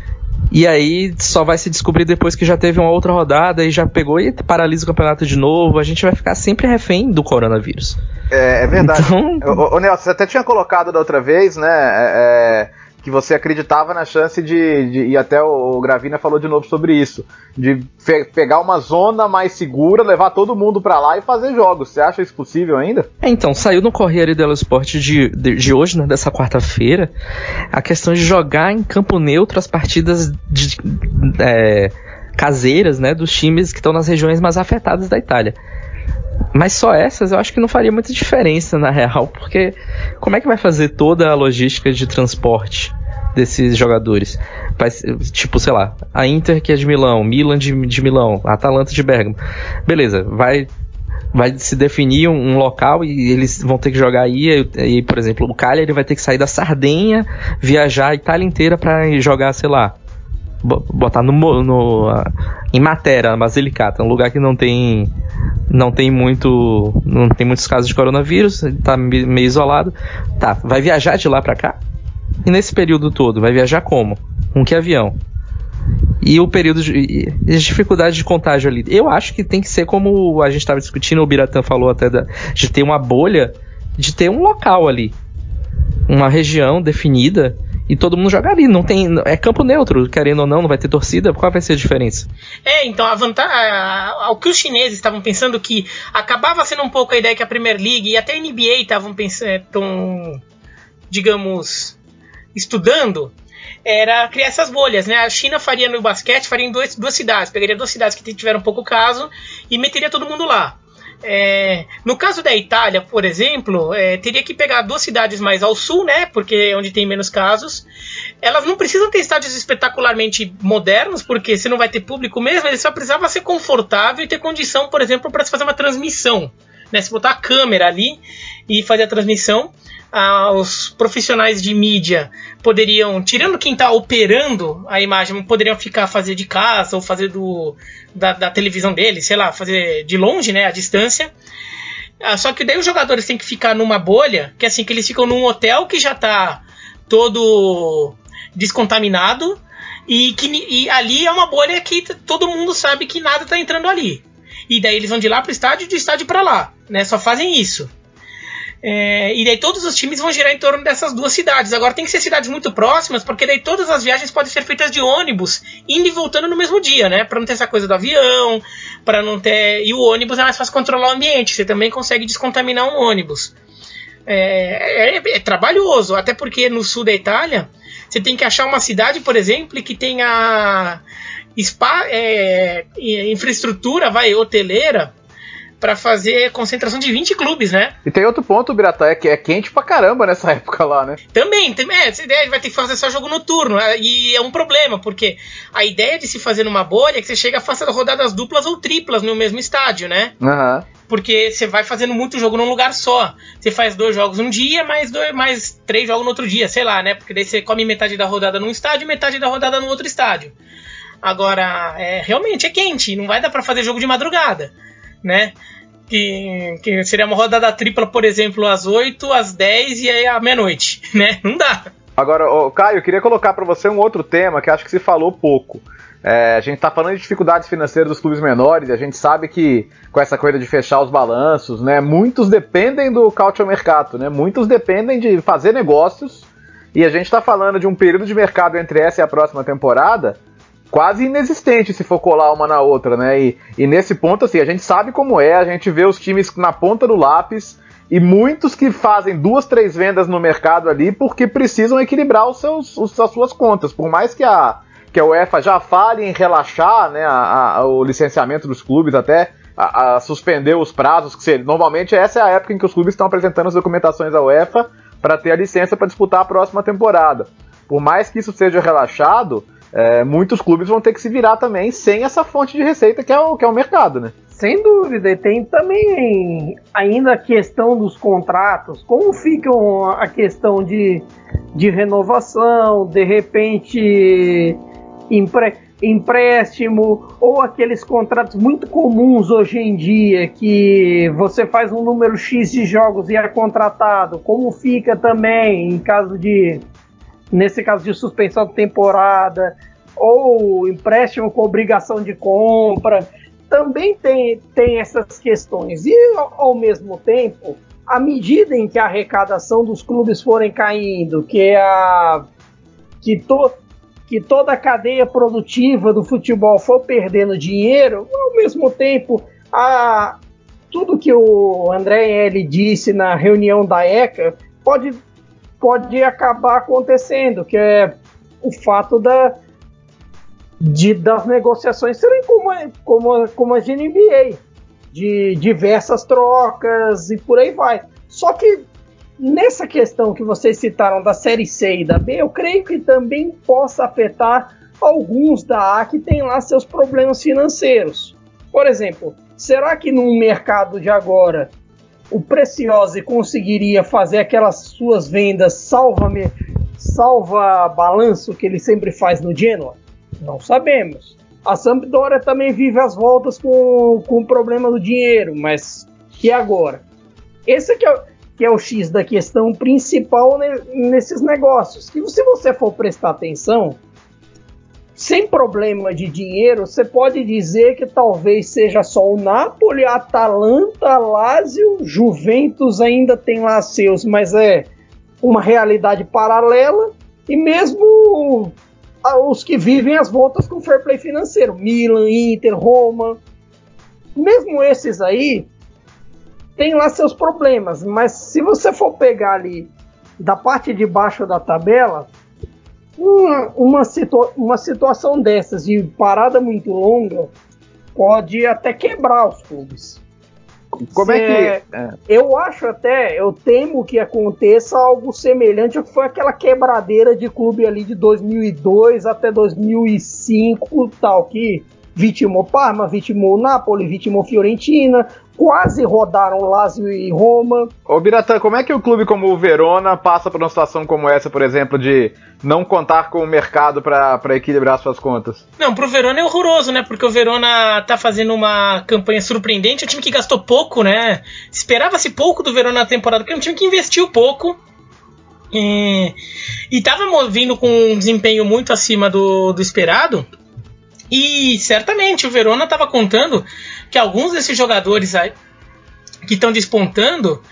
e aí só vai se descobrir depois que já teve uma outra rodada e já pegou e paralisa o campeonato de novo. A gente vai ficar sempre refém do coronavírus. É, é verdade. Então... Ô, ô, Nelson, você até tinha colocado da outra vez, né, é, que você acreditava na chance de, de e até o, o Gravina falou de novo sobre isso, de fe, pegar uma zona mais segura, levar todo mundo pra lá e fazer jogos. Você acha isso possível ainda? É, então, saiu no Corriere dello Sport de, de, de hoje, né, dessa quarta-feira, a questão de jogar em campo neutro as partidas de, é, caseiras, né, dos times que estão nas regiões mais afetadas da Itália. Mas só essas eu acho que não faria muita diferença, na real, porque como é que vai fazer toda a logística de transporte desses jogadores? Vai, tipo, sei lá, a Inter, que é de Milão, Milan de, de Milão, a Atalanta de Bergamo. Beleza, vai, vai se definir um, um local e eles vão ter que jogar aí, e, por exemplo, o Cagliari vai ter que sair da Sardenha, viajar a Itália inteira pra jogar, sei lá, botar no, no, em Matera, Basilicata, um lugar que não tem não tem muito não tem muitos casos de coronavírus, tá meio isolado. Tá, vai viajar de lá pra cá? E nesse período todo, vai viajar como? Com que avião? E o período de, de dificuldade de contágio ali. Eu acho que tem que ser como a gente estava discutindo, o Biratã falou até da, de ter uma bolha, de ter um local ali, uma região definida, e todo mundo joga ali. Não tem, é campo neutro, querendo ou não, não vai ter torcida. Qual vai ser a diferença? É, então, a vantagem, ao que os chineses estavam pensando, que acabava sendo um pouco a ideia que a Premier League e até a N B A estavam pensando, tão, digamos, estudando, era criar essas bolhas, né? A China faria no basquete, faria em dois, duas cidades, pegaria duas cidades que tiveram pouco caso e meteria todo mundo lá. É, no caso da Itália, por exemplo, é, teria que pegar duas cidades mais ao sul, né, porque é onde tem menos casos. Elas não precisam ter estádios espetacularmente modernos, porque você não vai ter público mesmo. Ele só precisava ser confortável e ter condição, por exemplo, para se fazer uma transmissão, né, se botar a câmera ali e fazer a transmissão. Ah, os profissionais de mídia poderiam, tirando quem está operando a imagem, poderiam ficar fazer de casa ou fazer do, da, da televisão deles, sei lá, fazer de longe, né, à distância. Ah, só que daí os jogadores têm que ficar numa bolha, que é assim, que eles ficam num hotel que já está todo descontaminado e que e ali é uma bolha que todo mundo sabe que nada está entrando ali. E daí eles vão de lá para o estádio e de estádio para lá, né, só fazem isso. É, e daí todos os times vão girar em torno dessas duas cidades. Agora tem que ser cidades muito próximas, porque daí todas as viagens podem ser feitas de ônibus, indo e voltando no mesmo dia, né? Para não ter essa coisa do avião, para não ter. E o ônibus é mais fácil controlar o ambiente. Você também consegue descontaminar um ônibus. É, é, é trabalhoso, até porque no sul da Itália você tem que achar uma cidade, por exemplo, que tenha spa, é, infraestrutura, vai, hoteleira, para fazer concentração de vinte clubes, né? E tem outro ponto, Biratã, é que é quente pra caramba nessa época lá, né? Também, tem, é, essa ideia vai ter que fazer só jogo noturno, e é um problema, porque a ideia de se fazer numa bolha é que você chega a fazer rodadas duplas ou triplas no mesmo estádio, né? Uhum. Porque você vai fazendo muito jogo num lugar só. Você faz dois jogos um dia, mais, dois, mais três jogos no outro dia, sei lá, né? Porque daí você come metade da rodada num estádio e metade da rodada no outro estádio. Agora, é, realmente é quente, não vai dar pra fazer jogo de madrugada, né? Que, que seria uma rodada tripla, por exemplo, às oito, às dez e aí à meia-noite, né? Não dá. Agora, ô, Caio, eu queria colocar para você um outro tema que acho que se falou pouco. É, a gente tá falando de dificuldades financeiras dos clubes menores e a gente sabe que com essa coisa de fechar os balanços, né, muitos dependem do calciomercato, né? Muitos dependem de fazer negócios e a gente tá falando de um período de mercado entre essa e a próxima temporada quase inexistente se for colar uma na outra, né? E, e nesse ponto, assim, a gente sabe como é, a gente vê os times na ponta do lápis e muitos que fazem duas, três vendas no mercado ali porque precisam equilibrar os seus, os, as suas contas. Por mais que a, que a UEFA já fale em relaxar, né, a, a, o licenciamento dos clubes, até a, a suspender os prazos, que seria, normalmente essa é a época em que os clubes estão apresentando as documentações à UEFA para ter a licença para disputar a próxima temporada. Por mais que isso seja relaxado, É, muitos clubes vão ter que se virar também sem essa fonte de receita que é o, que é o mercado, né? Sem dúvida, e tem também ainda a questão dos contratos, como fica a questão de, de renovação, de repente empre... empréstimo, ou aqueles contratos muito comuns hoje em dia, que você faz um número X de jogos e é contratado, como fica também em caso de, nesse caso de suspensão de temporada, ou empréstimo com obrigação de compra, também tem, tem essas questões. E ao mesmo tempo, à medida em que a arrecadação dos clubes forem caindo, que a que to, que toda a cadeia produtiva do futebol for perdendo dinheiro, ao mesmo tempo, a, tudo que o André L. disse na reunião da E C A pode, pode acabar acontecendo, que é o fato da, de, das negociações serem como, como, como as de N B A, de diversas trocas e por aí vai. Só que nessa questão que vocês citaram da Série C e da B, eu creio que também possa afetar alguns da A que tem lá seus problemas financeiros. Por exemplo, será que num mercado de agora o Preciosi conseguiria fazer aquelas suas vendas salva, salva balanço que ele sempre faz no Genoa? Não sabemos. A Sampdoria também vive as voltas com, com o problema do dinheiro, mas e agora? Esse aqui é o que é o X da questão principal nesses negócios, que se você for prestar atenção, sem problema de dinheiro, você pode dizer que talvez seja só o Napoli, Atalanta, Lazio, Juventus ainda tem lá seus, mas é uma realidade paralela, e mesmo os que vivem as voltas com fair play financeiro, Milan, Inter, Roma, mesmo esses aí, tem lá seus problemas, mas se você for pegar ali da parte de baixo da tabela, uma, uma, situa- uma situação dessas de parada muito longa pode até quebrar os clubes. Como Cê, é que... É. Eu acho até, eu temo que aconteça algo semelhante ao que foi aquela quebradeira de clube ali de dois mil e dois até dois mil e cinco, tal, que vitimou Parma, vitimou Napoli, vitimou Fiorentina, quase rodaram Lazio e Roma. Ô Biratã, como é que o clube como o Verona passa por uma situação como essa, por exemplo, de não contar com o mercado para equilibrar suas contas? Não, pro Verona é horroroso, né? Porque o Verona tá fazendo uma campanha surpreendente, é um time que gastou pouco, né? Esperava-se pouco do Verona na temporada, porque é um time que investiu pouco. E, e tava vindo com um desempenho muito acima do, do esperado. E certamente o Verona estava contando que alguns desses jogadores aí, que estão despontando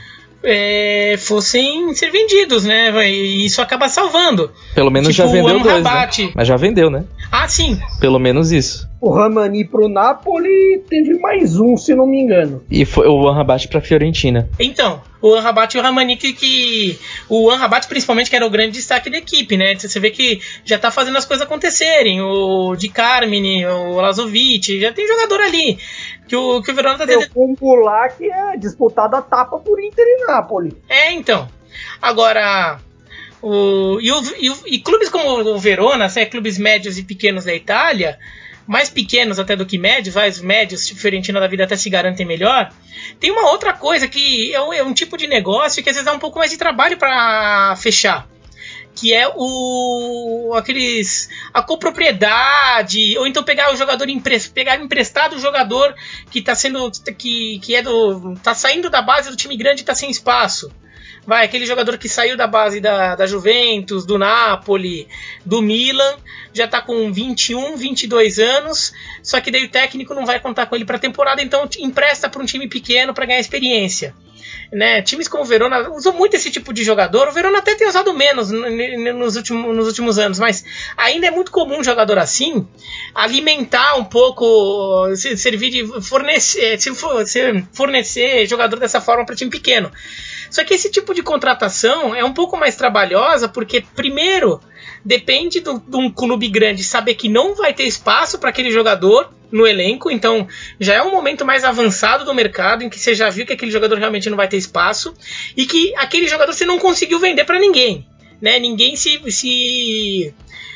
é, fossem ser vendidos, né? E isso acaba salvando. Pelo menos tipo, já vendeu dois, né? Mas já vendeu, né? Ah, sim. Pelo menos isso. O Ramani pro Napoli teve mais um, se não me engano. E foi o Amrabat pra Fiorentina. Então, o Amrabat e o Ramani que, que... O Amrabat principalmente, que era o grande destaque da equipe, né? Você vê que já tá fazendo as coisas acontecerem. O Di Carmine, o Lazovic, já tem jogador ali. Que o, que o Verona tá Tem tendo... um pular que é disputado a tapa por Inter e Napoli. É, então. Agora... O, e, o, e, o, e clubes como o Verona, assim, clubes médios e pequenos da Itália, mais pequenos até do que médios, os médios, tipo Fiorentina da vida, até se garantem melhor. Tem uma outra coisa que é um, é um tipo de negócio que às vezes dá um pouco mais de trabalho para fechar, que é o aqueles a copropriedade, ou então pegar o jogador empre, pegar emprestado o jogador que tá sendo que, que é do tá saindo da base do time grande e tá sem espaço. Vai, aquele jogador que saiu da base da, da Juventus, do Napoli, do Milan, já tá com vinte e um, vinte e dois anos, só que daí o técnico não vai contar com ele pra temporada, então empresta para um time pequeno para ganhar experiência. Né? Times como o Verona usam muito esse tipo de jogador. O Verona até tem usado menos nos últimos, nos últimos anos, mas ainda é muito comum um jogador assim alimentar um pouco, servir de fornecer, fornecer jogador dessa forma para time pequeno. Só que esse tipo de contratação é um pouco mais trabalhosa, porque primeiro depende de um clube grande saber que não vai ter espaço para aquele jogador no elenco, então já é um momento mais avançado do mercado, em que você já viu que aquele jogador realmente não vai ter espaço, e que aquele jogador você não conseguiu vender para ninguém, né? Ninguém se, se,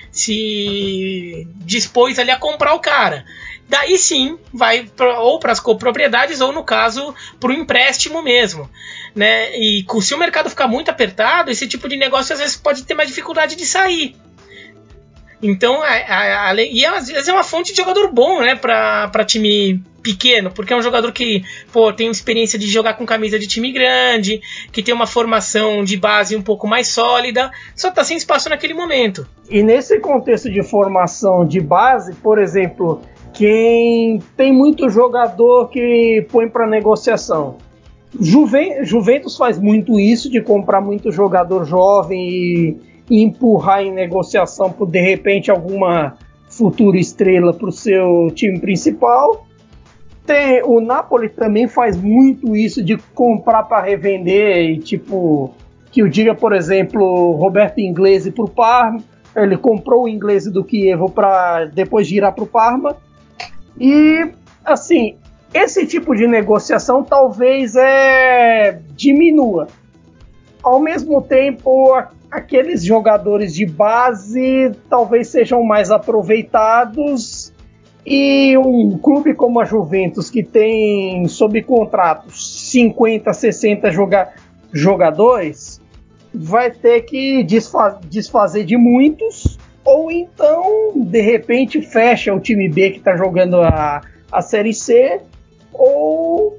se dispôs ali a comprar o cara. Daí sim, vai pra, ou para as copropriedades, ou no caso, para o empréstimo mesmo. Né? E se o mercado ficar muito apertado, esse tipo de negócio às vezes pode ter mais dificuldade de sair. Então, a, a, a, e às vezes é uma fonte de jogador bom, né, pra, pra time pequeno, porque é um jogador que, pô, tem experiência de jogar com camisa de time grande, que tem uma formação de base um pouco mais sólida, só tá sem espaço naquele momento. E nesse contexto de formação de base, por exemplo, quem tem muito jogador que põe para negociação. Juven, Juventus faz muito isso, de comprar muito jogador jovem e, e empurrar em negociação por, de repente, alguma futura estrela para o seu time principal. Tem, o Napoli também faz muito isso de comprar para revender, e, tipo, que eu diga, por exemplo, Roberto Inglese para o Parma. Ele comprou o Inglese do Chievo para depois girar para o Parma. E, assim, esse tipo de negociação talvez é, diminua. Ao mesmo tempo, a, aqueles jogadores de base talvez sejam mais aproveitados, e um clube como a Juventus, que tem sob contrato cinquenta, sessenta joga, jogadores, vai ter que desfaz, desfazer de muitos, ou então, de repente, fecha o time B que está jogando a, a Série C, ou,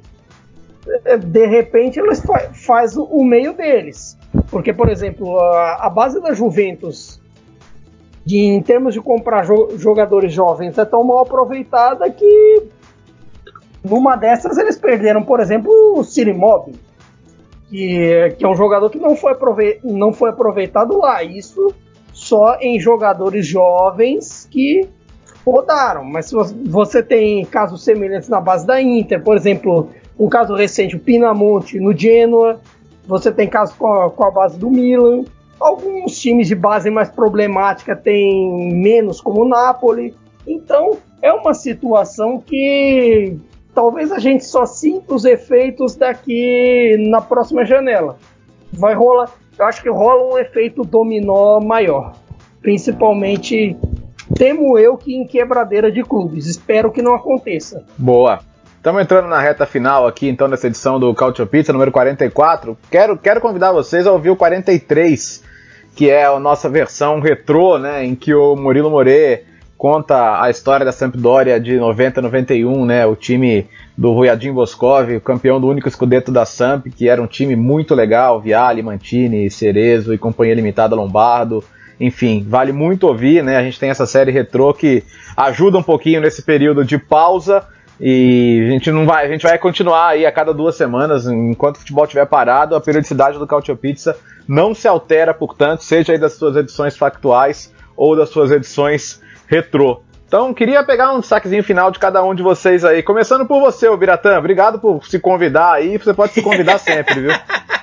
de repente, eles fa, faz o, o meio deles. Porque, por exemplo, a, a base da Juventus, de, em termos de comprar jo, jogadores jovens, é tão mal aproveitada que, numa dessas, eles perderam, por exemplo, o Ciro Immobile, que, que é um jogador que não foi, aprove, não foi aproveitado lá. Isso só em jogadores jovens que rodaram. Mas se você tem casos semelhantes na base da Inter, por exemplo, um caso recente, o Pinamonti no Genoa, você tem casos com a, com a base do Milan. Alguns times de base mais problemática têm menos, como o Napoli. Então, é uma situação que talvez a gente só sinta os efeitos daqui na próxima janela. Vai rolar, eu acho que rola um efeito dominó maior. Principalmente, temo eu, que em quebradeira de clubes. Espero que não aconteça. Boa. Estamos entrando na reta final aqui, então, dessa edição do Cautio Pizza, número quarenta e quatro. Quero, quero convidar vocês a ouvir o quarenta e três, que é a nossa versão retrô, né, em que o Murilo Moret conta a história da Sampdoria de noventa a noventa e um, né, o time do Rujadin Boscov, o campeão do único scudetto da Samp, que era um time muito legal, Vialli, Mantini, Cerezo e Companhia Limitada Lombardo. Enfim, vale muito ouvir, né, a gente tem essa série retrô que ajuda um pouquinho nesse período de pausa. E a gente não vai, a gente vai continuar aí a cada duas semanas, enquanto o futebol estiver parado. A periodicidade do Cautio Pizza não se altera, portanto, seja aí das suas edições factuais ou das suas edições retrô. Então, queria pegar um destaquezinho final de cada um de vocês aí, começando por você, ô Biratã. Obrigado por se convidar aí, você pode se convidar sempre, viu?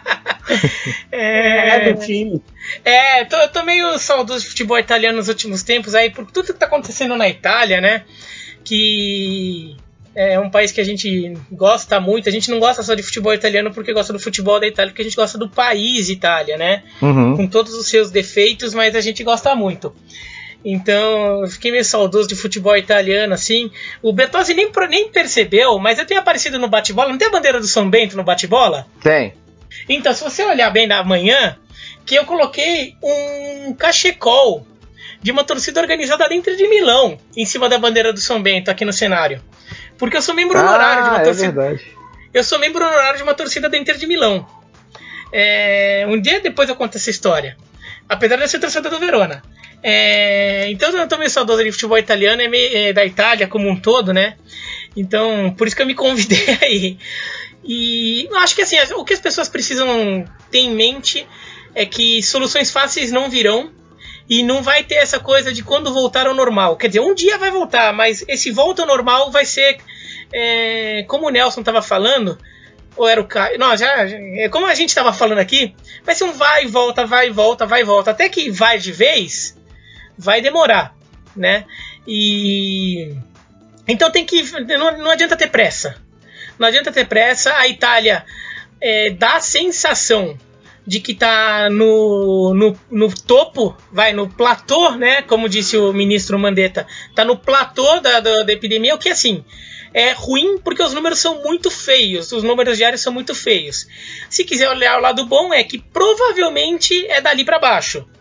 É, é do time. É, tô, tô meio saudoso de futebol italiano nos últimos tempos aí, por tudo que tá acontecendo na Itália, né? Que é um país que a gente gosta muito. A gente não gosta só de futebol italiano porque gosta do futebol da Itália, porque a gente gosta do país Itália, né? Uhum. Com todos os seus defeitos, mas a gente gosta muito. Então, eu fiquei meio saudoso de futebol italiano, assim. O Bertozzi nem, nem percebeu, mas eu tenho aparecido no bate-bola. Não tem a bandeira do São Bento no bate-bola? Tem. Então, se você olhar bem na manhã, que eu coloquei um cachecol de uma torcida organizada dentro de Milão, em cima da bandeira do São Bento, aqui no cenário. Porque eu sou membro honorário ah, de uma torcida. É verdade. Eu sou membro honorário de uma torcida da Inter de Milão. É, um dia depois eu conto essa história. Apesar de eu ser torcedor do Verona. É, então eu tô meio saudoso de futebol italiano, é meio, é, da Itália como um todo, né? Então, por isso que eu me convidei aí. E eu acho que assim, o que as pessoas precisam ter em mente é que soluções fáceis não virão. E não vai ter essa coisa de quando voltar ao normal. Quer dizer, um dia vai voltar, mas esse volta ao normal vai ser, é, como o Nelson estava falando, ou era o Caio, não, já, já, como a gente estava falando aqui, vai ser um vai e volta, vai e volta, vai e volta. Até que vai de vez, vai demorar, né? E então tem que, não, não adianta ter pressa. Não adianta ter pressa. A Itália é, dá a sensação de que está no, no, no topo, vai, no platô, né? Como disse o ministro Mandetta, está no platô da, da, da epidemia, o que assim, é ruim porque os números são muito feios, os números diários são muito feios. Se quiser olhar o lado bom, é que provavelmente é dali para baixo.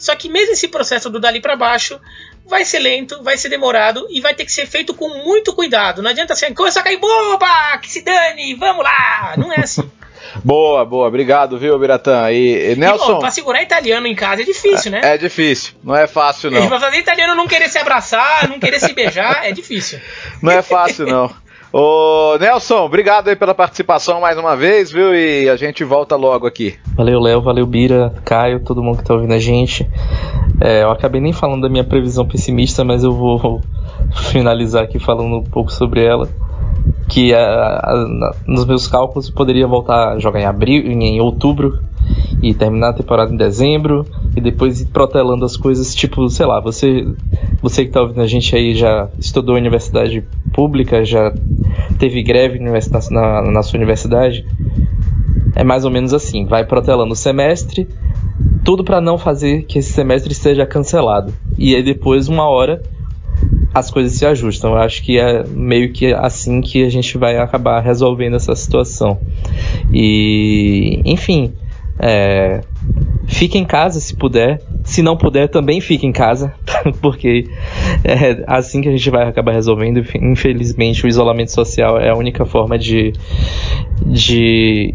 Só que mesmo esse processo do dali para baixo vai ser lento, vai ser demorado e vai ter que ser feito com muito cuidado. Não adianta ser coisa a cair boba, que se dane, vamos lá. Não é assim. Boa, boa, obrigado, viu, Biratã? E, e Nelson... E, pra segurar italiano em casa é difícil, né? É, é difícil, não é fácil não. Pra fazer italiano não querer se abraçar, não querer se beijar, é difícil. Não é fácil não. Ô, Nelson, obrigado aí pela participação mais uma vez, viu? E a gente volta logo aqui. Valeu, Léo, valeu, Bira, Caio, todo mundo que tá ouvindo a gente. É, eu acabei nem falando da minha previsão pessimista, mas eu vou finalizar aqui falando um pouco sobre ela. Que a, a, nos meus cálculos poderia voltar a jogar em abril, em outubro e terminar a temporada em dezembro e depois ir protelando as coisas, tipo, sei lá, você, você que tá ouvindo a gente aí já estudou em universidade pública, já teve greve na, na sua universidade, é mais ou menos assim, vai protelando o semestre, tudo para não fazer que esse semestre seja cancelado, e aí depois, uma hora, as coisas se ajustam. Eu acho que é meio que assim que a gente vai acabar resolvendo essa situação. E, enfim, é, fique em casa se puder. Se não puder, também fique em casa, porque é assim que a gente vai acabar resolvendo. Infelizmente, o isolamento social é a única forma de, de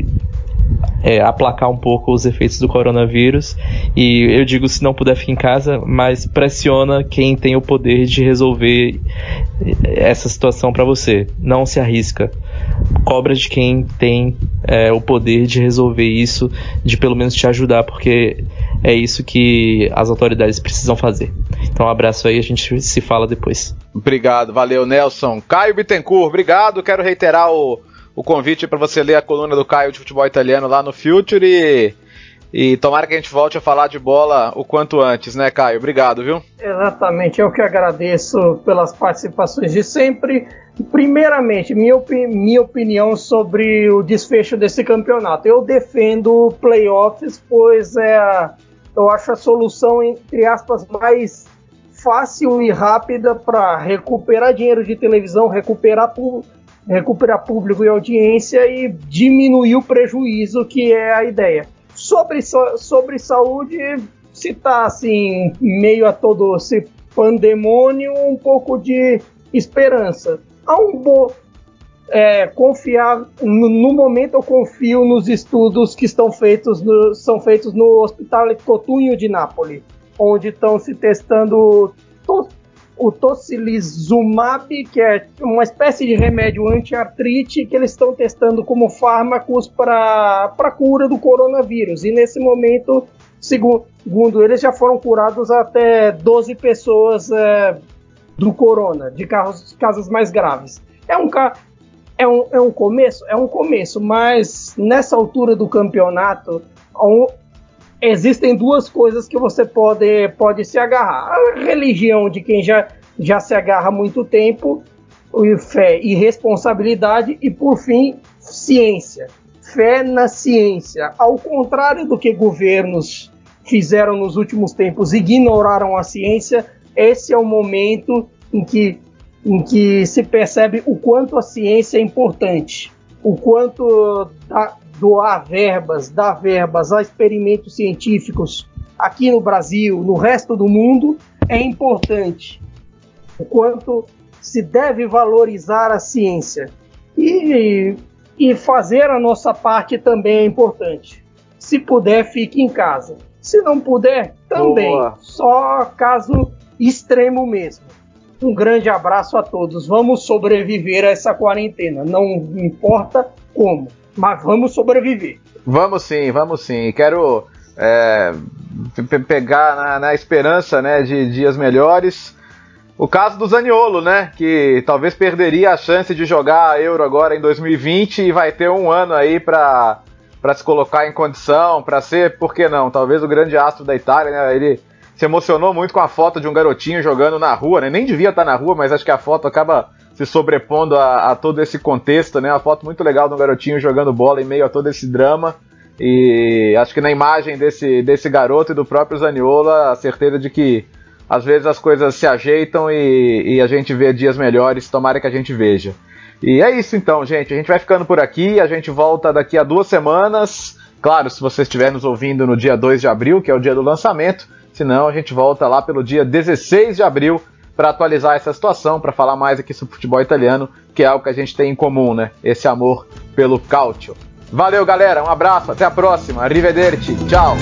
é, aplacar um pouco os efeitos do coronavírus. E eu digo, se não puder, fique em casa, mas pressiona quem tem o poder de resolver essa situação para você. Não se arrisca. Cobra de quem tem é, o poder de resolver isso, de pelo menos te ajudar, porque é isso que as autoridades precisam fazer. Então um abraço aí, a gente se fala depois. Obrigado, valeu, Nelson. Caio Bittencourt, obrigado. Quero reiterar o, o convite para você ler a coluna do Caio de futebol italiano lá no Future e, e tomara que a gente volte a falar de bola o quanto antes, né, Caio? Obrigado, viu? Exatamente, eu que agradeço pelas participações de sempre. Primeiramente, minha, opi- minha opinião sobre o desfecho desse campeonato. Eu defendo playoffs, pois é, eu acho a solução, entre aspas, mais fácil e rápida para recuperar dinheiro de televisão, recuperar, pu- recuperar público e audiência e diminuir o prejuízo, que é a ideia. Sobre, so- sobre saúde, se está assim, meio a todo esse pandemônio, um pouco de esperança. Há um bom é, confiar no, no momento eu confio nos estudos que estão feitos no, são feitos no Hospital Cotugno de Nápoles, onde estão se testando to, o tocilizumab, que é uma espécie de remédio anti-artrite que eles estão testando como fármacos para a cura do coronavírus. E nesse momento, segundo eles, já foram curados até doze pessoas é, do corona, de casos, casos mais graves. É um, é, um, é um começo? É um começo, mas nessa altura do campeonato um, existem duas coisas que você pode, pode se agarrar. A religião de quem já, já se agarra há muito tempo, fé e responsabilidade, e por fim, ciência. Fé na ciência. Ao contrário do que governos fizeram nos últimos tempos, ignoraram a ciência, esse é o momento em que, em que se percebe o quanto a ciência é importante, o quanto da, doar verbas, dar verbas a experimentos científicos aqui no Brasil, no resto do mundo, é importante, o quanto se deve valorizar a ciência. E, e fazer a nossa parte também é importante. Se puder, fique em casa. Se não puder, também. Boa. Só caso extremo mesmo. Um grande abraço a todos. Vamos sobreviver a essa quarentena. Não importa como, mas vamos sobreviver. Vamos sim, vamos sim. Quero é, pe- pegar na, na esperança, né, de dias melhores. O caso do Zaniolo, né, que talvez perderia a chance de jogar a Euro agora em dois mil e vinte e vai ter um ano aí para para se colocar em condição, para ser, por que não, talvez o grande astro da Itália, né, ele se emocionou muito com a foto de um garotinho jogando na rua, né? Nem devia estar na rua, mas acho que a foto acaba se sobrepondo a, a todo esse contexto, né? Uma foto muito legal de um garotinho jogando bola em meio a todo esse drama. E acho que na imagem desse, desse garoto e do próprio Zaniolo, a certeza de que às vezes as coisas se ajeitam e, e a gente vê dias melhores, tomara que a gente veja. E é isso então, gente. A gente vai ficando por aqui, a gente volta daqui a duas semanas. Claro, se você estiver nos ouvindo no dia dois de abril, que é o dia do lançamento, Senão a gente volta lá pelo dia dezesseis de abril para atualizar essa situação, para falar mais aqui sobre futebol italiano, que é algo que a gente tem em comum, né? Esse amor pelo calcio. Valeu, galera. Um abraço. Até a próxima. Arrivederci. Tchau.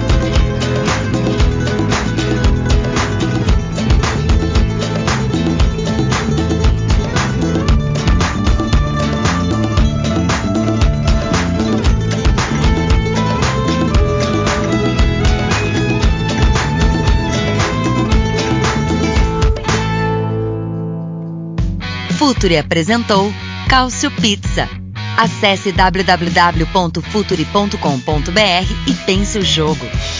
Futuri apresentou Calcio Pizza. Acesse w w w ponto futuri ponto com ponto b r e pense o jogo.